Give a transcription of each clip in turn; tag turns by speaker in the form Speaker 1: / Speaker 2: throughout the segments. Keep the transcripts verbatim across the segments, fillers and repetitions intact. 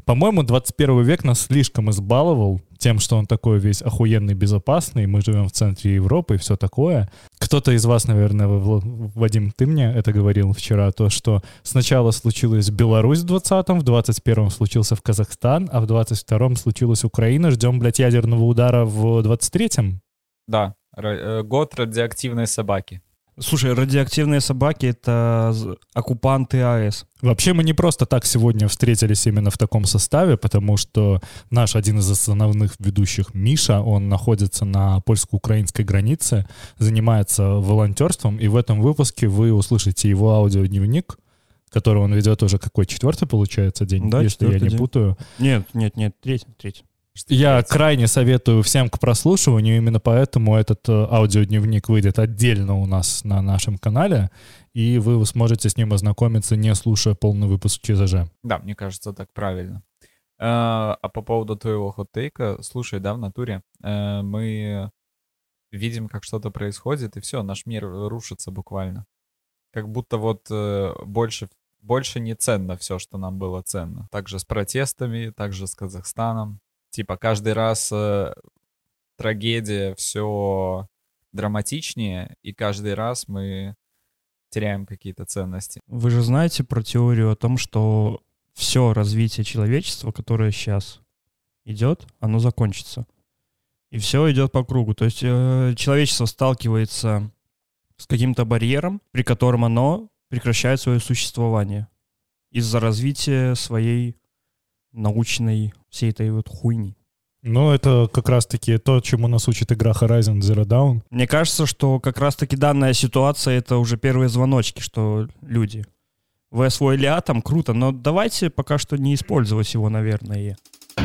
Speaker 1: По-моему, двадцать первый век нас слишком избаловал тем, что он такой весь охуенный, безопасный, мы живем в центре Европы и все такое. Кто-то из вас, наверное, Вадим, ты мне это говорил вчера, то, что сначала случилась Беларусь в двадцатом, в двадцать первом случился в Казахстан, а в двадцать втором случилась Украина. Ждем, блядь, ядерного удара в двадцать третьем?
Speaker 2: Да, год радиоактивной собаки.
Speaker 3: Слушай, радиоактивные собаки — это оккупанты АЭС.
Speaker 1: Вообще мы не просто так сегодня встретились именно в таком составе, потому что наш один из основных ведущих, Миша, он находится на польско-украинской границе, занимается волонтерством, и в этом выпуске вы услышите его аудиодневник, который он ведет уже какой, четвертый, получается, день,
Speaker 3: да,
Speaker 1: если я не
Speaker 3: день.
Speaker 1: путаю.
Speaker 3: Нет, нет, нет, третий, третий.
Speaker 1: Я крайне советую всем к прослушиванию, именно поэтому этот аудиодневник выйдет отдельно у нас на нашем канале, и вы сможете с ним ознакомиться, не слушая полный выпуск ЧЗЖ.
Speaker 2: Да, мне кажется, так правильно. А, а по поводу твоего хот-тейка, слушай, да, в натуре, э, мы видим, как что-то происходит, и все, наш мир рушится буквально. Как будто вот э, больше, больше не ценно все, что нам было ценно. Также с протестами, также с Казахстаном. Типа каждый раз э, трагедия все драматичнее, и каждый раз мы теряем какие-то ценности.
Speaker 3: Вы же знаете про теорию о том, что все развитие человечества, которое сейчас идет, оно закончится. И все идет по кругу. То есть э, человечество сталкивается с каким-то барьером, при котором оно прекращает свое существование из-за развития своей научной всей этой вот хуйни.
Speaker 1: Ну, это как раз-таки то, чему нас учит игра Horizon Zero Dawn.
Speaker 3: Мне кажется, что как раз-таки данная ситуация — это уже первые звоночки, что люди, вы освоили атом, круто, но давайте пока что не использовать его, наверное.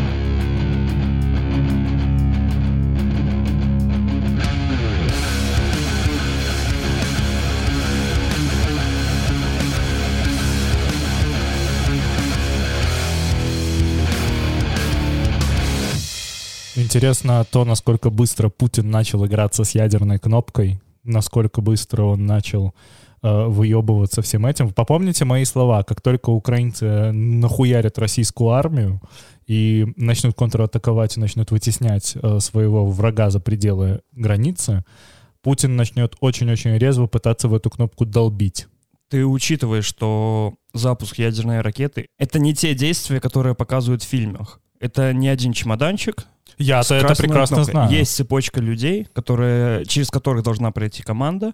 Speaker 1: Интересно то, насколько быстро Путин начал играться с ядерной кнопкой, насколько быстро он начал э, выебываться всем этим. Попомните мои слова, как только украинцы нахуярят российскую армию и начнут контратаковать и начнут вытеснять э, своего врага за пределы границы, Путин начнет очень-очень резво пытаться в эту кнопку долбить.
Speaker 3: Ты учитываешь, что запуск ядерной ракеты — это не те действия, которые показывают в фильмах. Это не один чемоданчик.
Speaker 1: Я-то это прекрасно
Speaker 3: кнопкой.
Speaker 1: знаю.
Speaker 3: Есть цепочка людей, которые, через которых должна пройти команда.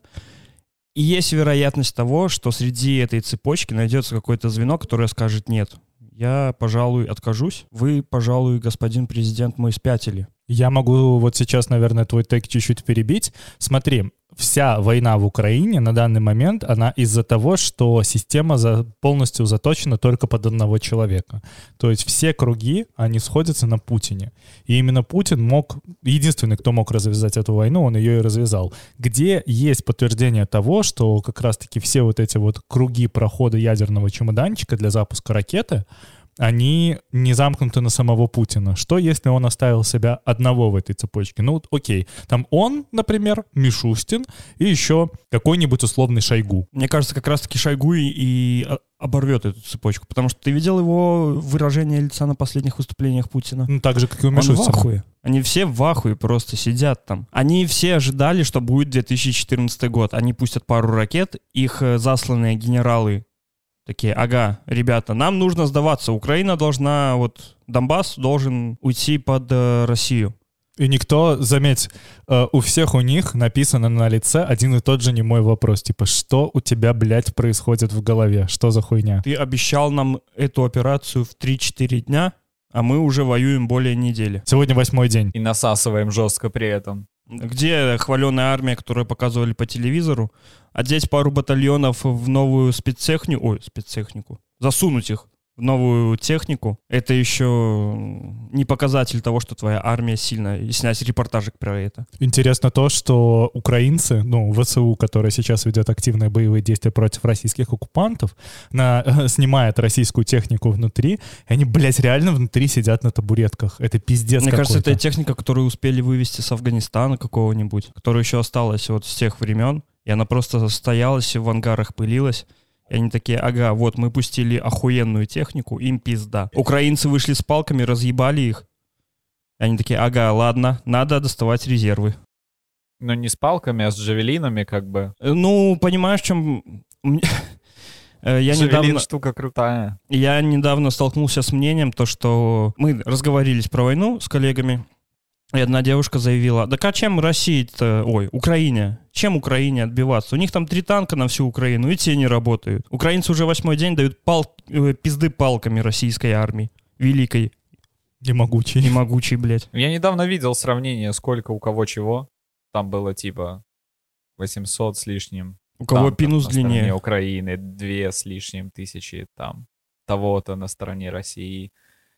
Speaker 3: И есть вероятность того, что среди этой цепочки найдется какое-то звено, которое скажет: нет, я, пожалуй, откажусь. Вы, пожалуй, господин президент, мы спятили.
Speaker 1: Я могу вот сейчас, наверное, твой тейк чуть-чуть перебить. Смотри, вся война в Украине на данный момент, она из-за того, что система за, полностью заточена только под одного человека. То есть все круги, они сходятся на Путине. И именно Путин мог, единственный, кто мог развязать эту войну, он ее и развязал. Где есть подтверждение того, что как раз-таки все вот эти вот круги прохода ядерного чемоданчика для запуска ракеты, они не замкнуты на самого Путина. Что, если он оставил себя одного в этой цепочке? Ну, окей. Там он, например, Мишустин и еще какой-нибудь условный Шойгу.
Speaker 3: Мне кажется, как раз-таки Шойгу и, и оборвет эту цепочку, потому что ты видел его выражение лица на последних выступлениях Путина?
Speaker 1: Ну, так же, как и у
Speaker 3: Он
Speaker 1: Мишустина.
Speaker 3: в ахуе. Они все в ахуе просто сидят там. Они все ожидали, что будет две тысячи четырнадцатый год. Они пустят пару ракет, их засланные генералы такие: ага, ребята, нам нужно сдаваться. Украина должна, вот, Донбасс должен уйти под э, Россию.
Speaker 1: И никто, заметь, э, у всех у них написано на лице один и тот же немой вопрос. Типа, что у тебя, блядь, происходит в голове? Что за хуйня?
Speaker 3: Ты обещал нам эту операцию в три-четыре дня, а мы уже воюем более недели.
Speaker 1: Сегодня восьмой день.
Speaker 2: И насасываем жестко при этом.
Speaker 3: Где хваленая армия, которую показывали по телевизору? Одеть пару батальонов в новую спецтехнику, ой, спецтехнику, засунуть их в новую технику, это еще не показатель того, что твоя армия сильная, и снять репортажик про это.
Speaker 1: Интересно то, что украинцы, ну, ВСУ, которая сейчас ведет активные боевые действия против российских оккупантов, на, э, снимает российскую технику внутри, и они, блядь, реально внутри сидят на табуретках. Это пиздец
Speaker 3: Мне
Speaker 1: какой-то.
Speaker 3: кажется, это техника, которую успели вывести с Афганистана какого-нибудь, которая еще осталась вот с тех времен, и она просто стоялась и в ангарах пылилась, И они такие, ага, вот мы пустили охуенную технику, им пизда. Украинцы вышли с палками, разъебали их. И они такие, ага, ладно, надо доставать резервы.
Speaker 2: Но не с палками, а с джавелинами как бы.
Speaker 3: Ну, понимаешь, в чем... Я
Speaker 2: Джавелин
Speaker 3: недавно,
Speaker 2: штука крутая.
Speaker 3: я недавно столкнулся с мнением, то, что мы разговорились про войну с коллегами, и одна девушка заявила, да а чем России-то, ой, Украине, чем Украине отбиваться? У них там три танка на всю Украину, и те не работают. Украинцы уже восьмой день дают пал, э, пизды палками российской армии, великой.
Speaker 1: И могучий.
Speaker 3: И могучий, блядь.
Speaker 2: Я недавно видел сравнение, сколько у кого чего. Там было типа восемьсот с лишним.
Speaker 3: У кого
Speaker 2: танков
Speaker 3: пинус
Speaker 2: на стороне
Speaker 3: длиннее.
Speaker 2: Украины, две с лишним тысячи там того-то на стороне России.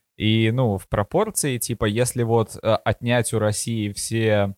Speaker 2: И, ну, в пропорции, типа, если вот э, отнять у России все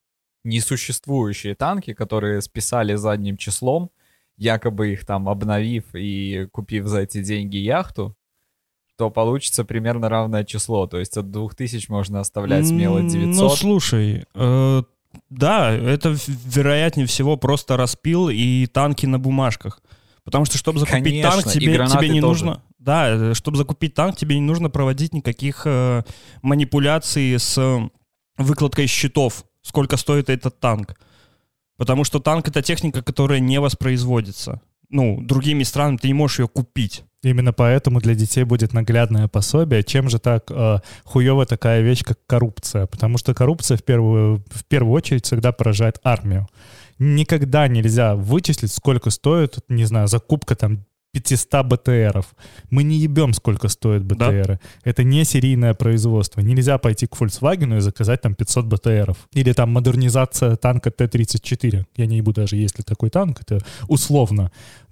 Speaker 2: несуществующие танки, которые списали задним числом, якобы их там обновив и купив за эти деньги яхту, то получится примерно равное число. То есть от двух тысяч можно оставлять смело девятьсот.
Speaker 3: Ну, слушай, э, да, это вероятнее всего просто распил и танки на бумажках. Потому что, чтобы закупить
Speaker 2: Конечно,
Speaker 3: танк,
Speaker 2: и
Speaker 3: тебе,
Speaker 2: гранаты
Speaker 3: тебе не
Speaker 2: тоже.
Speaker 3: нужно... Да, чтобы закупить танк, тебе не нужно проводить никаких э, манипуляций с э, выкладкой счетов, сколько стоит этот танк. Потому что танк — это техника, которая не воспроизводится. Ну, другими странами ты не можешь ее купить.
Speaker 1: Именно поэтому для детей будет наглядное пособие. Чем же так э, хуёва такая вещь, как коррупция? Потому что коррупция в первую, в первую очередь всегда поражает армию. Никогда нельзя вычислить, сколько стоит, не знаю, закупка там пятьсот БТРов. Мы не ебем, сколько стоят БТРы. Да. Это не серийное производство. Нельзя пойти к Volkswagen и заказать там пятьсот БТРов. Или там модернизация танка Т тридцать четыре. Я не ебу даже, есть ли такой танк, это условно.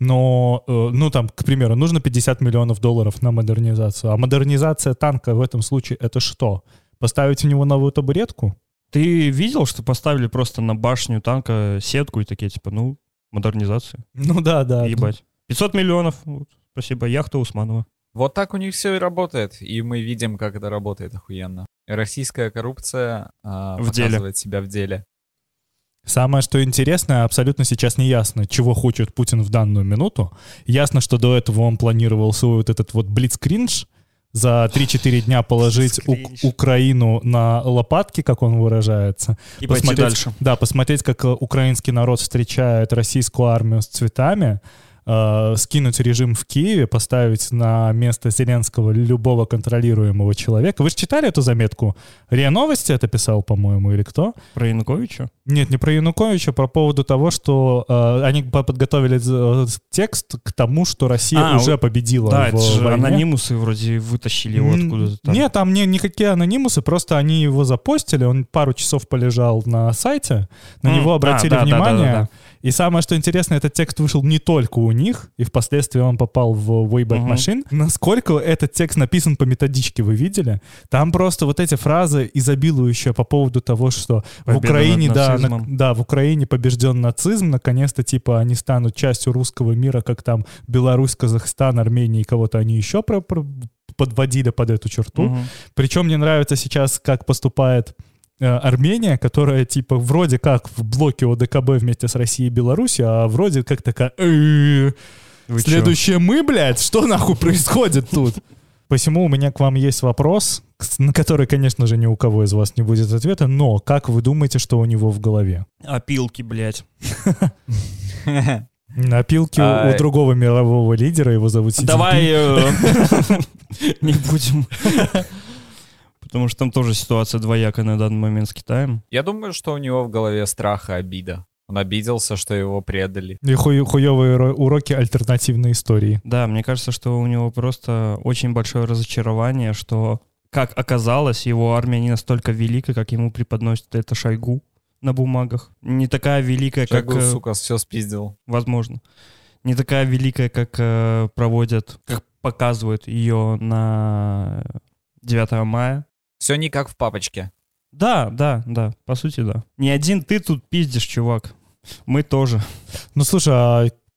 Speaker 1: Но, э, ну там, к примеру, нужно пятьдесят миллионов долларов на модернизацию. А модернизация танка в этом случае это что? Поставить в него новую табуретку?
Speaker 3: Ты видел, что поставили просто на башню танка сетку и такие, типа, ну, модернизация.
Speaker 1: Ну да, да.
Speaker 3: Ебать. пятьсот миллионов. Вот, спасибо. Яхта Усманова.
Speaker 2: Вот так у них все и работает. И мы видим, как это работает охуенно. Российская коррупция а,
Speaker 3: в
Speaker 2: показывает
Speaker 3: деле.
Speaker 2: себя в деле.
Speaker 1: Самое, что интересно, абсолютно сейчас не ясно, чего хочет Путин в данную минуту. Ясно, что до этого он планировал свой вот этот вот блицкринж, за три-четыре дня положить у- Украину на лопатки, как он выражается.
Speaker 3: И пойти дальше.
Speaker 1: Да, посмотреть, как украинский народ встречает российскую армию с цветами, э, скинуть режим в Киеве, поставить на место Зеленского любого контролируемого человека. Вы же читали эту заметку? РИА Новости это писал, по-моему, или кто?
Speaker 3: Про Януковича?
Speaker 1: Нет, не про Януковича, про поводу того, что э, они подготовили э, текст к тому, что Россия
Speaker 3: а,
Speaker 1: уже победила
Speaker 3: да,
Speaker 1: в
Speaker 3: это же
Speaker 1: войне.
Speaker 3: анонимусы вроде вытащили его откуда-то там.
Speaker 1: Нет, там не, никакие анонимусы, просто они его запостили, он пару часов полежал на сайте, на
Speaker 3: mm,
Speaker 1: него обратили
Speaker 3: а, да,
Speaker 1: внимание.
Speaker 3: Да, да, да, да.
Speaker 1: И самое, что интересно, этот текст вышел не только у них, и впоследствии он попал в Wayback
Speaker 3: uh-huh.
Speaker 1: Machine. Насколько этот текст написан по методичке, вы видели? Там просто вот эти фразы, изобилующие по поводу того, что Победа в Украине, да, на, да, в Украине побежден нацизм, наконец-то, типа, они станут частью русского мира, как там Беларусь, Казахстан, Армения и кого-то они еще про, про, подводили под эту черту. Uh-huh. Причем мне нравится сейчас, как поступает Армения, которая, типа, вроде как в блоке О Дэ Ка Бэ вместе с Россией и Беларусью, а вроде как такая... Следующее мы, блядь? Что нахуй происходит тут? Посему у меня к вам есть вопрос, на который, конечно же, ни у кого из вас не будет ответа, но как вы думаете, что у него в голове?
Speaker 3: Опилки, блядь.
Speaker 1: Опилки у другого мирового лидера, его зовут Си Цзиньпин.
Speaker 3: Давай не будем... Потому что там тоже ситуация двоякая на данный момент с Китаем.
Speaker 2: Я думаю, что у него в голове страх и обида. Он обиделся, что его предали.
Speaker 1: И ху- хуёвые уроки альтернативной истории.
Speaker 3: Да, мне кажется, что у него просто очень большое разочарование, что, как оказалось, его армия не настолько велика, как ему преподносит это Шойгу на бумагах. Не такая великая,
Speaker 2: Шойгу,
Speaker 3: как...
Speaker 2: сука, все спиздил.
Speaker 3: Возможно. Не такая великая, как э, проводят, как показывают ее на девятого мая.
Speaker 2: Все не как в папочке.
Speaker 3: Да, да, да, по сути, да. Не один ты тут пиздишь, чувак. Мы тоже.
Speaker 1: Ну, слушай, а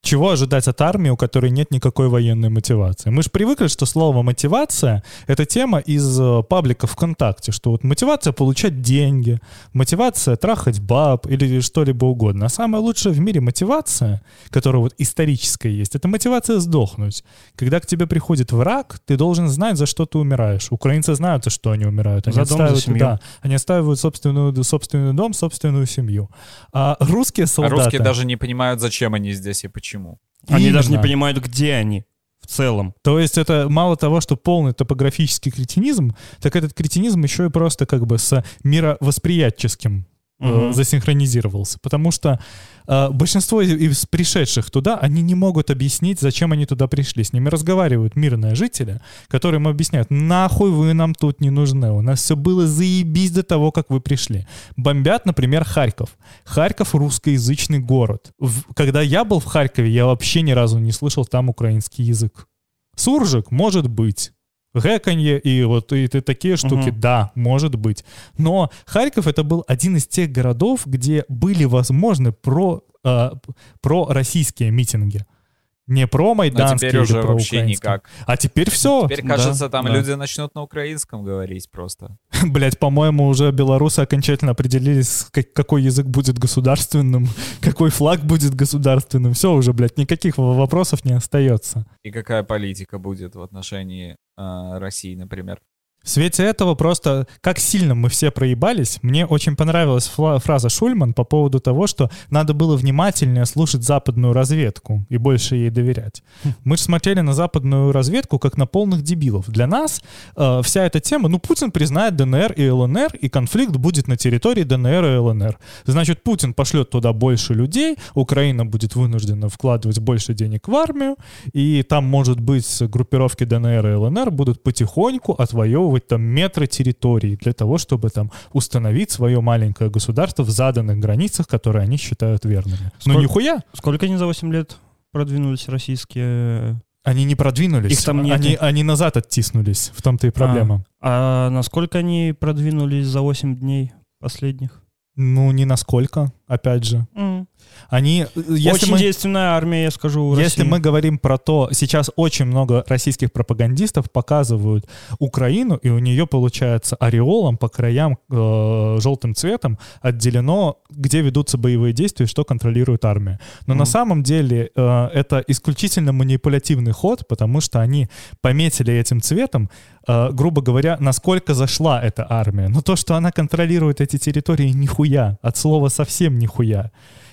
Speaker 1: чего ожидать от армии, у которой нет никакой военной мотивации? Мы же привыкли, что слово «мотивация» — это тема из э, паблика ВКонтакте, что вот мотивация получать деньги, мотивация трахать баб или что-либо угодно. А самая лучшая в мире мотивация, которая вот историческая есть, это мотивация сдохнуть. Когда к тебе приходит враг, ты должен знать, за что ты умираешь. Украинцы знают, за что они умирают. Они
Speaker 3: За дом, за семью.
Speaker 1: Да, они отстаивают собственную, собственный дом, собственную семью. А русские солдаты...
Speaker 2: А русские даже не понимают, зачем они здесь и почему.
Speaker 3: Они
Speaker 1: Именно.
Speaker 3: даже не понимают, где они в целом.
Speaker 1: То есть это мало того, что полный топографический кретинизм, так этот кретинизм еще и просто как бы с мировосприятческим э,
Speaker 3: Мгм.
Speaker 1: засинхронизировался. Потому что э, большинство из, из пришедших туда, они не могут объяснить, зачем они туда пришли. С ними разговаривают мирные жители, которые им объясняют: нахуй вы нам тут не нужны, у нас все было заебись до того, как вы пришли. Бомбят, например, Харьков. Харьков — русскоязычный город. В- когда я был в Харькове, я вообще ни разу не слышал там украинский язык. Суржик, может быть. Гэканье и вот и, т- такие штуки,
Speaker 3: Мгм.
Speaker 1: да, может быть. Но Харьков — это был один из тех городов, где были возможны про, э, про российские митинги. Не про
Speaker 2: Но
Speaker 1: майданские
Speaker 2: теперь
Speaker 1: или
Speaker 2: уже
Speaker 1: про
Speaker 2: вообще
Speaker 1: украинские.
Speaker 2: никак.
Speaker 1: А теперь все.
Speaker 2: Теперь, кажется, там
Speaker 1: да.
Speaker 2: люди начнут на украинском говорить просто.
Speaker 1: Блять, по-моему, уже белорусы окончательно определились, как- какой язык будет государственным, какой флаг будет государственным. Все уже, блядь, никаких в- вопросов не остается.
Speaker 2: И какая политика будет в отношении э, России, например.
Speaker 1: В свете этого просто, как сильно мы все проебались, мне очень понравилась фла- фраза Шульман по поводу того, что надо было внимательнее слушать западную разведку и больше ей доверять. Мы же смотрели на западную разведку как на полных дебилов. Для нас э, вся эта тема, ну, Путин признает ДНР и ЛНР, и конфликт будет на территории ДНР и ЛНР. Значит, Путин пошлет туда больше людей, Украина будет вынуждена вкладывать больше денег в армию, и там, может быть, группировки ДНР и ЛНР будут потихоньку отвоевывать там метры территории для того, чтобы там установить свое маленькое государство в заданных границах, которые они считают верными. Ну
Speaker 3: Сколько-
Speaker 1: нихуя!
Speaker 3: Сколько они за восемь лет продвинулись, российские?
Speaker 1: Они не продвинулись,
Speaker 3: Их там нет.
Speaker 1: они, они назад оттиснулись, в том-то и проблема.
Speaker 3: А насколько они продвинулись за восемь дней последних?
Speaker 1: Ну, не насколько, опять же.
Speaker 3: М.
Speaker 1: Они, э, если
Speaker 3: Очень
Speaker 1: мы...
Speaker 3: действенная армия, я скажу, в
Speaker 1: Если
Speaker 3: России.
Speaker 1: мы говорим про то, сейчас очень много российских пропагандистов показывают Украину, и у нее получается ореолом по краям э, желтым цветом отделено, где ведутся боевые действия, что контролирует армия. Но
Speaker 3: Мгм.
Speaker 1: на самом деле э, это исключительно манипулятивный ход, потому что они пометили этим цветом, э, грубо говоря, насколько зашла эта армия. Но то, что она контролирует эти территории, нихуя. От слова совсем нихуя.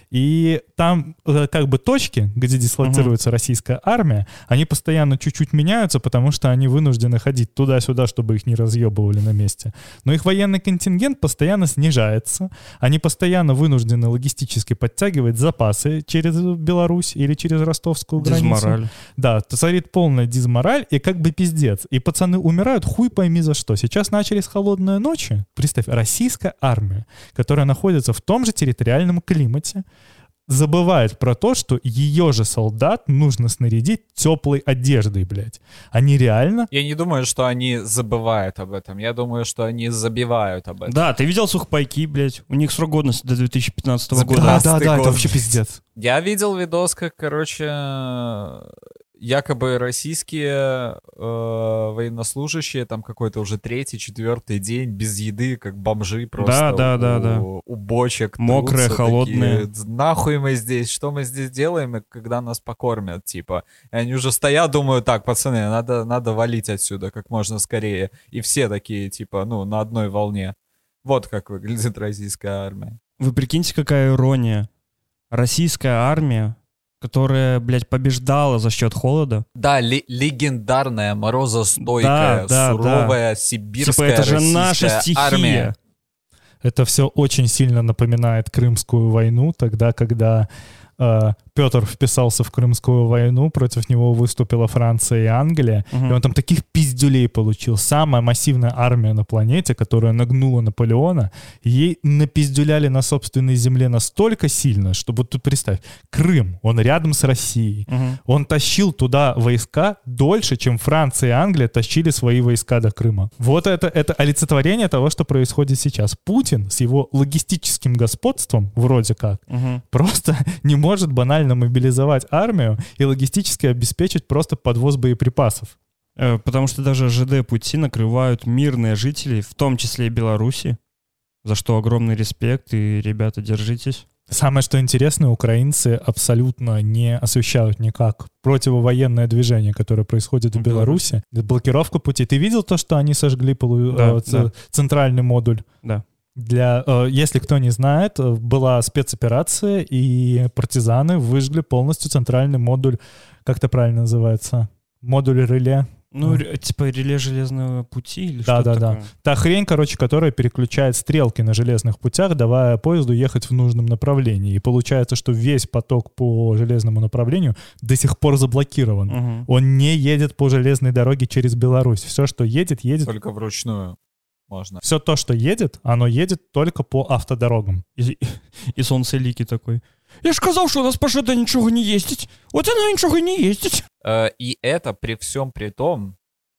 Speaker 1: И там э, как бы точки, где дислоцируется российская армия, они постоянно чуть-чуть меняются, потому что они вынуждены ходить туда-сюда, чтобы их не разъебывали на месте. Но их военный контингент постоянно снижается. Они постоянно вынуждены логистически подтягивать запасы через Беларусь или через ростовскую границу.
Speaker 3: Дизмораль.
Speaker 1: Да, царит полная дизмораль, и как бы пиздец. И пацаны умирают, хуй пойми за что. Сейчас начались холодные ночи. Представь, российская армия, которая находится в том же территориальном климате, забывает про то, что ее же солдат нужно снарядить теплой одеждой, блядь. Они реально...
Speaker 2: Я не думаю, что они забывают об этом. Я думаю, что они забивают об этом.
Speaker 3: Да, ты видел сухпайки, блядь? У них срок годности до две тысячи пятнадцатого
Speaker 2: За
Speaker 3: года.
Speaker 1: Да,
Speaker 2: пятнадцатый
Speaker 1: да, да,
Speaker 2: год,
Speaker 1: это вообще
Speaker 2: блядь.
Speaker 1: пиздец.
Speaker 2: Я видел видос, как, короче, якобы российские э, военнослужащие, там какой-то уже третий, четвертый день без еды, как бомжи просто
Speaker 3: да,
Speaker 2: у,
Speaker 3: да, да.
Speaker 2: у бочек.
Speaker 3: Мокрые,
Speaker 2: трутся,
Speaker 3: холодные.
Speaker 2: такие, нахуй мы здесь, что мы здесь делаем, и когда нас покормят, типа. И они уже стоят, думают, так, пацаны, надо, надо валить отсюда как можно скорее. И все такие, типа, ну, на одной волне. Вот как выглядит российская армия.
Speaker 3: Вы прикиньте, какая ирония. Российская армия, которая, блядь, побеждала за счет холода.
Speaker 2: Да, ли- легендарная, морозостойкая,
Speaker 3: Да, да,
Speaker 2: суровая,
Speaker 3: Типа,
Speaker 2: сибирская
Speaker 3: это же
Speaker 2: российская
Speaker 3: наша стихия.
Speaker 2: армия.
Speaker 1: Это все очень сильно напоминает Крымскую войну, тогда, когда э, Петр вписался в Крымскую войну, против него выступила Франция и Англия,
Speaker 3: Мгм.
Speaker 1: и он там таких пиздюлей получил. Самая массивная армия на планете, которая нагнула Наполеона, ей напиздюляли на собственной земле настолько сильно, что вот тут представь, Крым, он рядом с Россией,
Speaker 3: Мгм.
Speaker 1: он тащил туда войска дольше, чем Франция и Англия тащили свои войска до Крыма. Вот это, это олицетворение того, что происходит сейчас. Путин с его логистическим господством, вроде как,
Speaker 3: Мгм.
Speaker 1: просто не может банально мобилизовать армию и логистически обеспечить просто подвоз боеприпасов.
Speaker 3: Потому что даже ЖД-пути накрывают мирные жители, в том числе и Беларуси, за что огромный респект, и, ребята, держитесь.
Speaker 1: Самое, что интересно, украинцы абсолютно не освещают никак противовоенное движение, которое происходит в Беларуси. Блокировка пути. Ты видел то, что они сожгли полу...
Speaker 3: да,
Speaker 1: э,
Speaker 3: да.
Speaker 1: центральный модуль?
Speaker 3: Да.
Speaker 1: Для, э, если кто не знает, была спецоперация, и партизаны выжгли полностью центральный модуль, как это правильно называется? Модуль реле.
Speaker 3: Ну, р- типа реле железного пути или
Speaker 1: Да,
Speaker 3: что-то
Speaker 1: да,
Speaker 3: такое?
Speaker 1: да. Та хрень, короче, которая переключает стрелки на железных путях, давая поезду ехать в нужном направлении. И получается, что весь поток по железному направлению до сих пор заблокирован.
Speaker 3: Угу.
Speaker 1: Он не едет по железной дороге через Беларусь. Все, что едет, едет...
Speaker 2: Только вручную можно.
Speaker 1: Все то, что едет, оно едет только по автодорогам.
Speaker 3: И, и солнцеликий такой. Я ж сказал, что у нас по ЖД ничего не ездить. Вот она ничего не ездить.
Speaker 2: Э, И это при всем при том,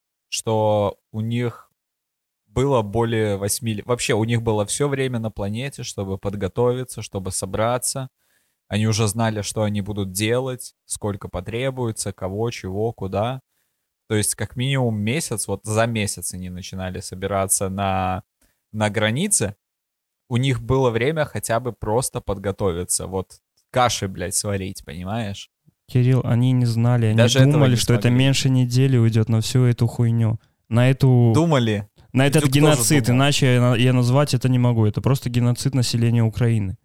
Speaker 2: что у них было более восьми... лет. Вообще, у них было все время на планете, чтобы подготовиться, чтобы собраться. Они уже знали, что они будут делать, сколько потребуется, кого, чего, куда. То есть, как минимум месяц, вот за месяц они начинали собираться на, на границе. У них было время хотя бы просто подготовиться. Вот каши, блядь, сварить, понимаешь?
Speaker 3: Кирилл, они не знали, они
Speaker 2: Даже этого
Speaker 3: думали,
Speaker 2: не
Speaker 3: что это
Speaker 2: смогли.
Speaker 3: меньше недели уйдет на всю эту хуйню. На эту...
Speaker 2: Думали.
Speaker 3: на этот
Speaker 2: Дюк тоже
Speaker 3: геноцид,
Speaker 2: думал.
Speaker 3: иначе я, на- я назвать это не могу. Это просто геноцид населения Украины.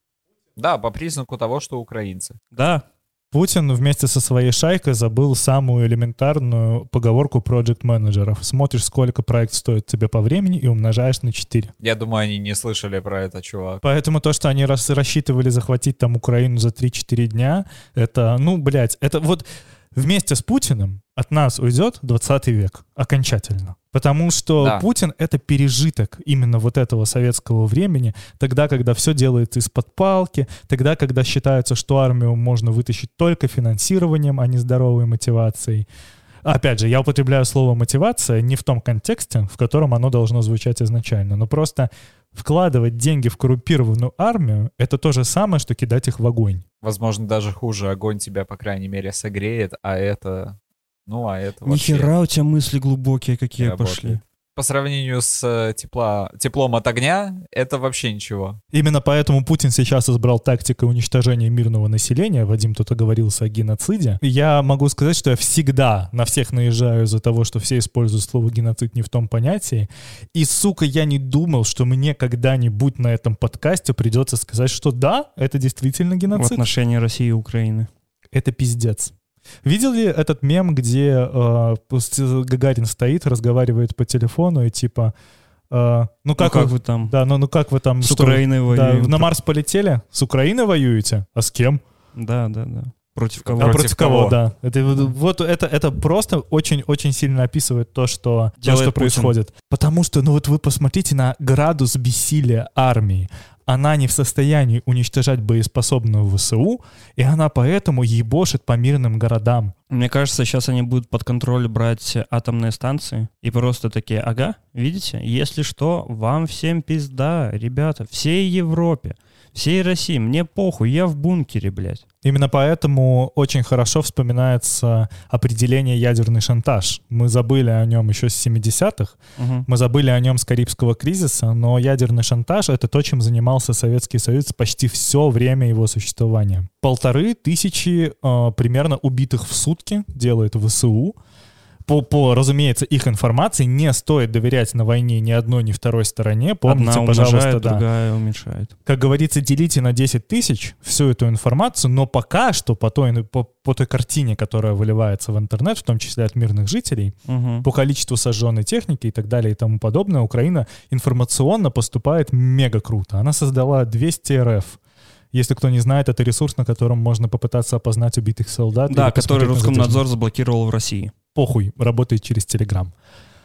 Speaker 2: Да, по признаку того, что украинцы.
Speaker 3: Да,
Speaker 1: Путин вместе со своей шайкой забыл самую элементарную поговорку проект-менеджеров. Смотришь, сколько проект стоит тебе по времени, и умножаешь на четыре.
Speaker 2: Я думаю, они не слышали про это, чувак.
Speaker 1: Поэтому то, что они рас- рассчитывали захватить там Украину за три-четыре дня, это, ну, блядь, это вот вместе с Путиным от нас уйдет двадцатый век окончательно. Потому что
Speaker 2: Да.
Speaker 1: Путин — это пережиток именно вот этого советского времени, тогда, когда все делается из-под палки, тогда, когда считается, что армию можно вытащить только финансированием, а не здоровой мотивацией. Опять же, я употребляю слово «мотивация» не в том контексте, в котором оно должно звучать изначально, но просто вкладывать деньги в коррумпированную армию — это то же самое, что кидать их в огонь.
Speaker 2: Возможно, даже хуже. Огонь тебя, по крайней мере, согреет, а это... Ну, а это вообще
Speaker 3: нихера у тебя мысли глубокие
Speaker 2: не
Speaker 3: какие
Speaker 2: работает.
Speaker 3: пошли.
Speaker 2: По сравнению с э, тепла, теплом от огня, это вообще ничего.
Speaker 1: Именно поэтому Путин сейчас избрал тактику уничтожения мирного населения. Вадим тут оговорился о геноциде. Я могу сказать, что я всегда на всех наезжаю из-за того, что все используют слово «геноцид» не в том понятии. И, сука, я не думал, что мне когда-нибудь на этом подкасте придется сказать, что да, это действительно
Speaker 3: В
Speaker 1: геноцид.
Speaker 3: отношении России и Украины.
Speaker 1: Это пиздец. Видел ли этот мем, где э, пусть Гагарин стоит, разговаривает по телефону и типа, э, ну как,
Speaker 3: ну, как
Speaker 1: вы,
Speaker 3: вы там
Speaker 1: да, ну, ну как вы там,
Speaker 3: с
Speaker 1: что вы-
Speaker 3: Украиной
Speaker 1: да,
Speaker 3: воюете?
Speaker 1: на Марс полетели? С Украиной воюете? А с кем?
Speaker 3: Да, да, да. Против кого?
Speaker 1: А
Speaker 2: Против
Speaker 1: против кого?
Speaker 2: кого?
Speaker 1: Да. Это, вот- вот это, это просто очень-очень сильно описывает то, что, то,
Speaker 3: Делает
Speaker 1: что
Speaker 3: Путин.
Speaker 1: происходит. Потому что, ну вот вы посмотрите на градус бессилия армии. Она не в состоянии уничтожать боеспособную ВСУ, и она поэтому ебошит по мирным городам.
Speaker 3: Мне кажется, сейчас они будут под контроль брать атомные станции и просто такие, ага, видите, если что, вам всем пизда, ребята, всей Европе, всей России, мне похуй, я в бункере, блядь.
Speaker 1: Именно поэтому очень хорошо вспоминается определение ядерный шантаж. Мы забыли о нем еще с семидесятых,
Speaker 3: Мгм.
Speaker 1: мы забыли о нем с Карибского кризиса, но ядерный шантаж — это то, чем занимался Советский Союз почти все время его существования. Полторы тысячи э, примерно убитых в сутки делает ВСУ. По, по, разумеется, их информации не стоит доверять на войне ни одной, ни второй стороне. Помните,
Speaker 3: Одна
Speaker 1: пожалуйста,
Speaker 3: умножает,
Speaker 1: да.
Speaker 3: другая уменьшает.
Speaker 1: Как говорится, делите на десять тысяч всю эту информацию, но пока что по той, по, по той картине, которая выливается в интернет, в том числе от мирных жителей,
Speaker 3: Мгм.
Speaker 1: по количеству сожженной техники и так далее и тому подобное, Украина информационно поступает мега круто. Она создала двести эр эф. Если кто не знает, это ресурс, на котором можно попытаться опознать убитых солдат.
Speaker 3: Да,
Speaker 1: или
Speaker 3: который
Speaker 1: посмотреть на
Speaker 3: Роскомнадзор
Speaker 1: задержанных.
Speaker 3: заблокировал в России.
Speaker 1: Похуй, работает через Телеграм.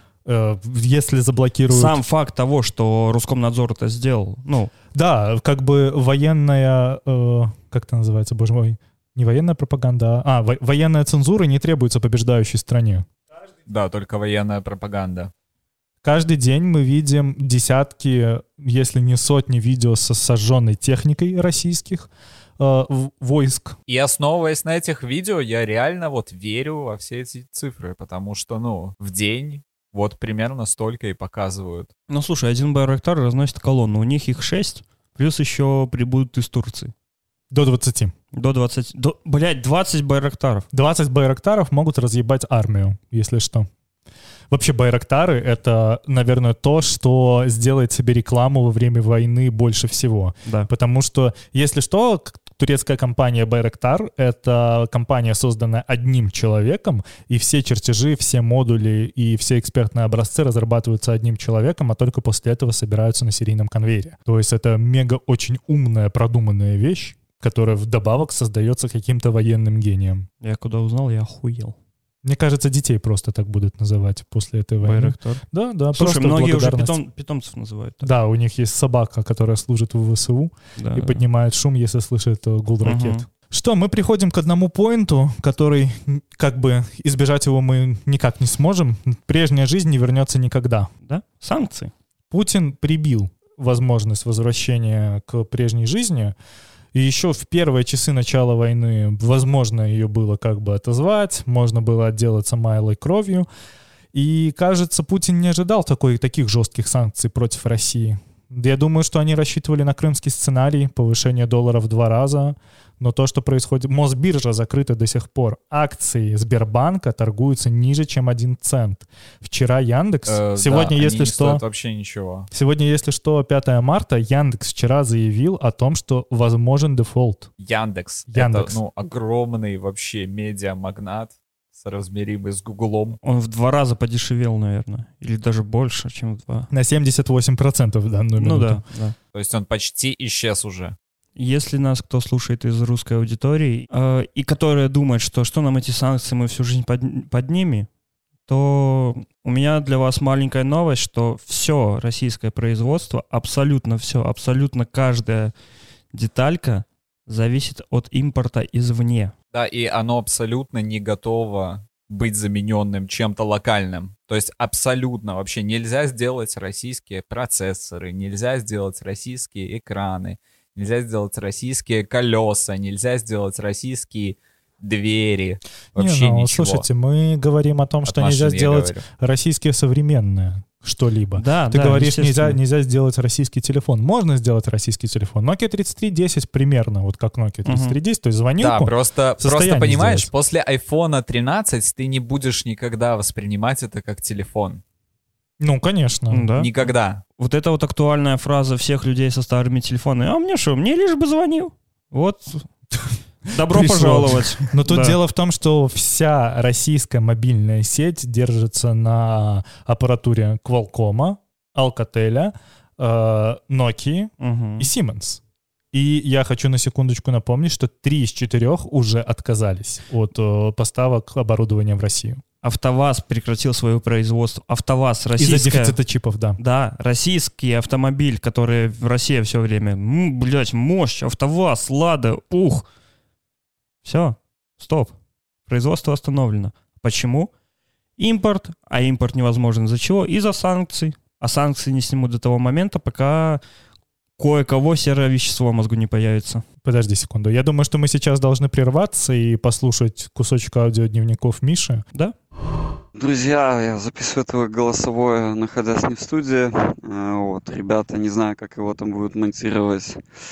Speaker 1: Э, Если заблокируют...
Speaker 3: Сам факт того, что Роскомнадзор это сделал, ну,
Speaker 1: Да, как бы военная... э, как это называется, боже мой? Не военная пропаганда, а, а во- военная цензура не требуется побеждающей стране.
Speaker 2: Да, только военная пропаганда.
Speaker 1: Каждый день мы видим десятки, если не сотни видео со сожженной техникой российских. э, войск.
Speaker 2: И основываясь на этих видео, я реально вот верю во все эти цифры, потому что, ну, в день вот примерно столько и показывают.
Speaker 3: Ну, слушай, один Байрактар разносит колонну, у них их шесть, плюс еще прибудут из Турции.
Speaker 1: До двадцати.
Speaker 3: До двадцати. До, блядь, двадцать Байрактаров.
Speaker 1: двадцать Байрактаров могут разъебать армию, если что. Вообще Байрактары — это, наверное, то, что сделает себе рекламу во время войны больше всего.
Speaker 3: Да.
Speaker 1: Потому что, если что, турецкая компания Байрактар — это компания, созданная одним человеком, и все чертежи, все модули и все экспертные образцы разрабатываются одним человеком, а только после этого собираются на серийном конвейере. То есть это мега очень умная, продуманная вещь, которая вдобавок создается каким-то военным гением.
Speaker 3: Я куда узнал, я охуел.
Speaker 1: Мне кажется, детей просто так будут называть после этой войны.
Speaker 3: Байрактар.
Speaker 1: Да, да.
Speaker 3: Слушай, многие уже
Speaker 1: благодарность.
Speaker 3: питом, питомцев называют. Так.
Speaker 1: Да, у них есть собака, которая служит в ВСУ
Speaker 3: Да.
Speaker 1: и поднимает шум, если слышит э, гул ракет.
Speaker 3: Угу.
Speaker 1: Что, мы приходим к одному поинту, который, как бы, избежать его мы никак не сможем. Прежняя жизнь не вернется никогда.
Speaker 3: Да? Санкции.
Speaker 1: Путин прибил возможность возвращения к прежней жизни. И еще в первые часы начала войны возможно ее было как бы отозвать, можно было отделаться малой кровью. И, кажется, Путин не ожидал такой, таких жестких санкций против России. Я думаю, что они рассчитывали на крымский сценарий, повышение доллара в два раза. Но то, что происходит... Мосбиржа закрыта до сих пор. Акции Сбербанка торгуются ниже, чем один цент. Вчера Яндекс...
Speaker 2: Э,
Speaker 1: сегодня,
Speaker 2: да,
Speaker 1: если
Speaker 2: они не
Speaker 1: что...
Speaker 2: стоят вообще ничего.
Speaker 1: Сегодня, если что, пятое марта, Яндекс вчера заявил о том, что возможен дефолт.
Speaker 2: Яндекс.
Speaker 1: Яндекс.
Speaker 2: Это, ну, огромный вообще медиамагнат, соразмеримый с Гуглом.
Speaker 3: Он в два раза подешевел, наверное. Или даже больше, чем в два.
Speaker 1: На семьдесят восемь процентов в данную
Speaker 3: Ну
Speaker 1: минуту.
Speaker 3: да, да.
Speaker 2: То есть он почти исчез уже.
Speaker 3: Если нас кто слушает из русской аудитории, э, и которая думает, что что нам эти санкции, мы всю жизнь под, поднимем, то у меня для вас маленькая новость, что все российское производство, абсолютно все, абсолютно каждая деталька зависит от импорта извне.
Speaker 2: Да, и оно абсолютно не готово быть замененным чем-то локальным. То есть абсолютно вообще нельзя сделать российские процессоры, нельзя сделать российские экраны, нельзя сделать российские колеса, нельзя сделать российские двери. Вообще
Speaker 1: не, ну,
Speaker 2: ничего.
Speaker 1: Слушайте, мы говорим о том, что
Speaker 2: От
Speaker 1: нельзя
Speaker 2: машин я
Speaker 1: сделать
Speaker 2: говорю.
Speaker 1: российские современные что-либо.
Speaker 3: Да,
Speaker 1: Ты
Speaker 3: да,
Speaker 1: говоришь, нельзя,
Speaker 3: естественно.
Speaker 1: нельзя сделать российский телефон. Можно сделать российский телефон. Nokia тридцать три десять примерно, вот как Nokia тридцать три десять, то есть звонилку.
Speaker 2: Да, просто,
Speaker 1: в состоянии
Speaker 2: просто понимаешь,
Speaker 1: сделать.
Speaker 2: после айфона тринадцать ты не будешь никогда воспринимать это как телефон.
Speaker 1: Ну, конечно.
Speaker 3: Да.
Speaker 2: Никогда.
Speaker 3: Вот это вот актуальная фраза всех людей со старыми телефонами. А мне что, мне лишь бы звонил. Вот. Добро
Speaker 1: Пришло.
Speaker 3: пожаловать.
Speaker 1: Но тут
Speaker 3: Да.
Speaker 1: дело в том, что вся российская мобильная сеть держится на аппаратуре Qualcomm, Alcatel, э, Nokia
Speaker 3: Мгм.
Speaker 1: и Siemens. И я хочу на секундочку напомнить, что три из четырех уже отказались от э, поставок оборудования в Россию.
Speaker 3: АвтоВАЗ прекратил свое производство. АвтоВАЗ,
Speaker 1: Из-за
Speaker 3: российская...
Speaker 1: дефицита чипов, да.
Speaker 3: Да, российский автомобиль, который в России все время, м, блядь, мощь, АвтоВАЗ, Лада, ух. Все, стоп. Производство остановлено. Почему? Импорт, а импорт невозможен из-за чего? Из-за санкций. А санкции не снимут до того момента, пока кое-кого серое вещество в мозгу не появится.
Speaker 1: Подожди секунду. Я думаю, что мы сейчас должны прерваться и послушать кусочек аудиодневников Миши.
Speaker 3: Да?
Speaker 4: Друзья, я записываю это голосовое, находясь не в студии. Э, Вот, ребята, не знаю, как его там будут монтировать.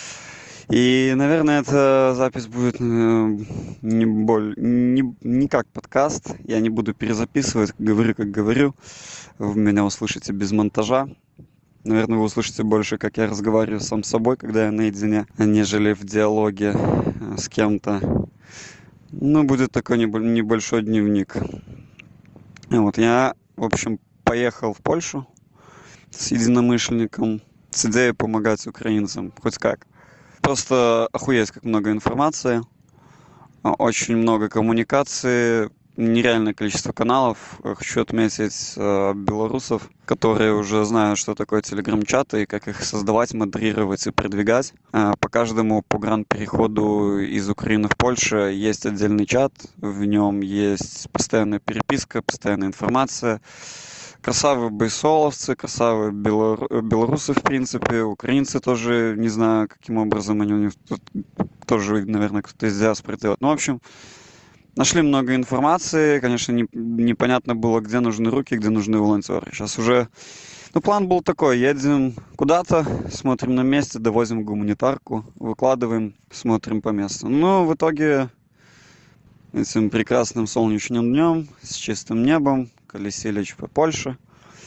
Speaker 4: И, наверное, эта запись будет э, не, боль, не, не как подкаст. Я не буду перезаписывать, говорю, как говорю. Вы меня услышите без монтажа. Наверное, вы услышите больше, как я разговариваю сам с собой, когда я наедине, нежели в диалоге э, с кем-то. Ну, будет такой небо- небольшой дневник. Вот, я, в общем, поехал в Польшу с единомышленником с идеей помогать украинцам, хоть как. Просто охуеть, как много информации, очень много коммуникации, нереальное количество каналов. Хочу отметить э, белорусов, которые уже знают, что такое телеграм-чаты и как их создавать, модерировать и продвигать. Э, по каждому погранпереходу из Украины в Польшу есть отдельный чат, в нем есть постоянная переписка, постоянная информация, красавые бойсоловцы, красавые белору- белорусы, в принципе, украинцы тоже, не знаю, каким образом они у них тут тоже, наверное, кто-то из диаспоры делает. Ну, в общем, нашли много информации, конечно, не, непонятно было, где нужны руки, где нужны волонтеры. Сейчас уже, ну, план был такой, едем куда-то, смотрим на месте, довозим гуманитарку, выкладываем, смотрим по месту. Ну, в итоге этим прекрасным солнечным днем, с чистым небом, колесили по Польше.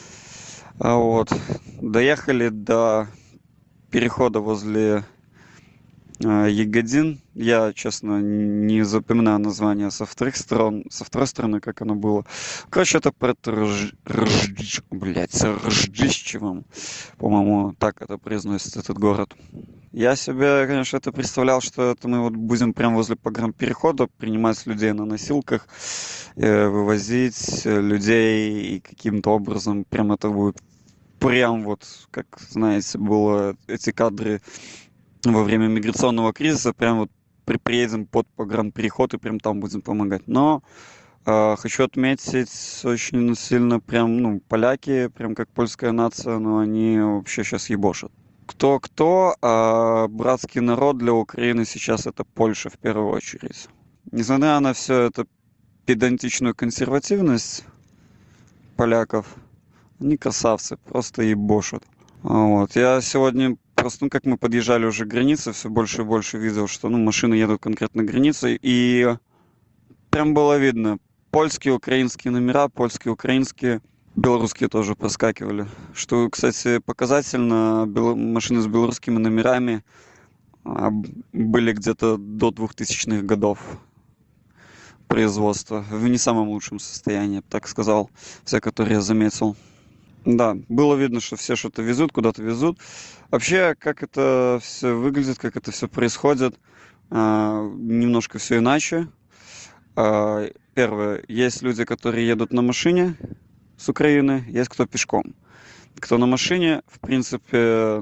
Speaker 4: А вот, доехали до перехода возле Ягодин. Я, честно, не запоминаю название со вторых сторон, со второй стороны, как оно было. Короче, это под Рж... Рж... блядь, с Ржищевым. По-моему, так это произносится, этот город. Я себе, конечно, это представлял, что это мы вот будем прямо возле погранперехода принимать людей на носилках, э, вывозить людей, и каким-то образом прям это будет прям вот, как, знаете, было эти кадры во время миграционного кризиса, прям вот при, приедем под погранпереход и прям там будем помогать. Но э, хочу отметить очень сильно прям, ну, поляки, прям как польская нация, но они вообще сейчас ебошат. Кто-кто, а братский народ для Украины сейчас это Польша в первую очередь. Несмотря на всю эту педантичную консервативность поляков, они красавцы, просто ебошат. Вот. Я сегодня просто, ну, как мы подъезжали уже к границе, все больше и больше видел, что, ну, машины едут конкретно к границе, и прям было видно польские, украинские номера, польские, украинские, белорусские тоже проскакивали. Что, кстати, показательно, бел... машины с белорусскими номерами а, были где-то до двухтысячных годов производства, в не самом лучшем состоянии, так сказал, все, которые я заметил. Да, было видно, что все что-то везут, куда-то везут. Вообще, как это все выглядит, как это все происходит, э, немножко все иначе. Э, первое, есть люди, которые едут на машине с Украины, есть кто пешком. Кто на машине, в принципе,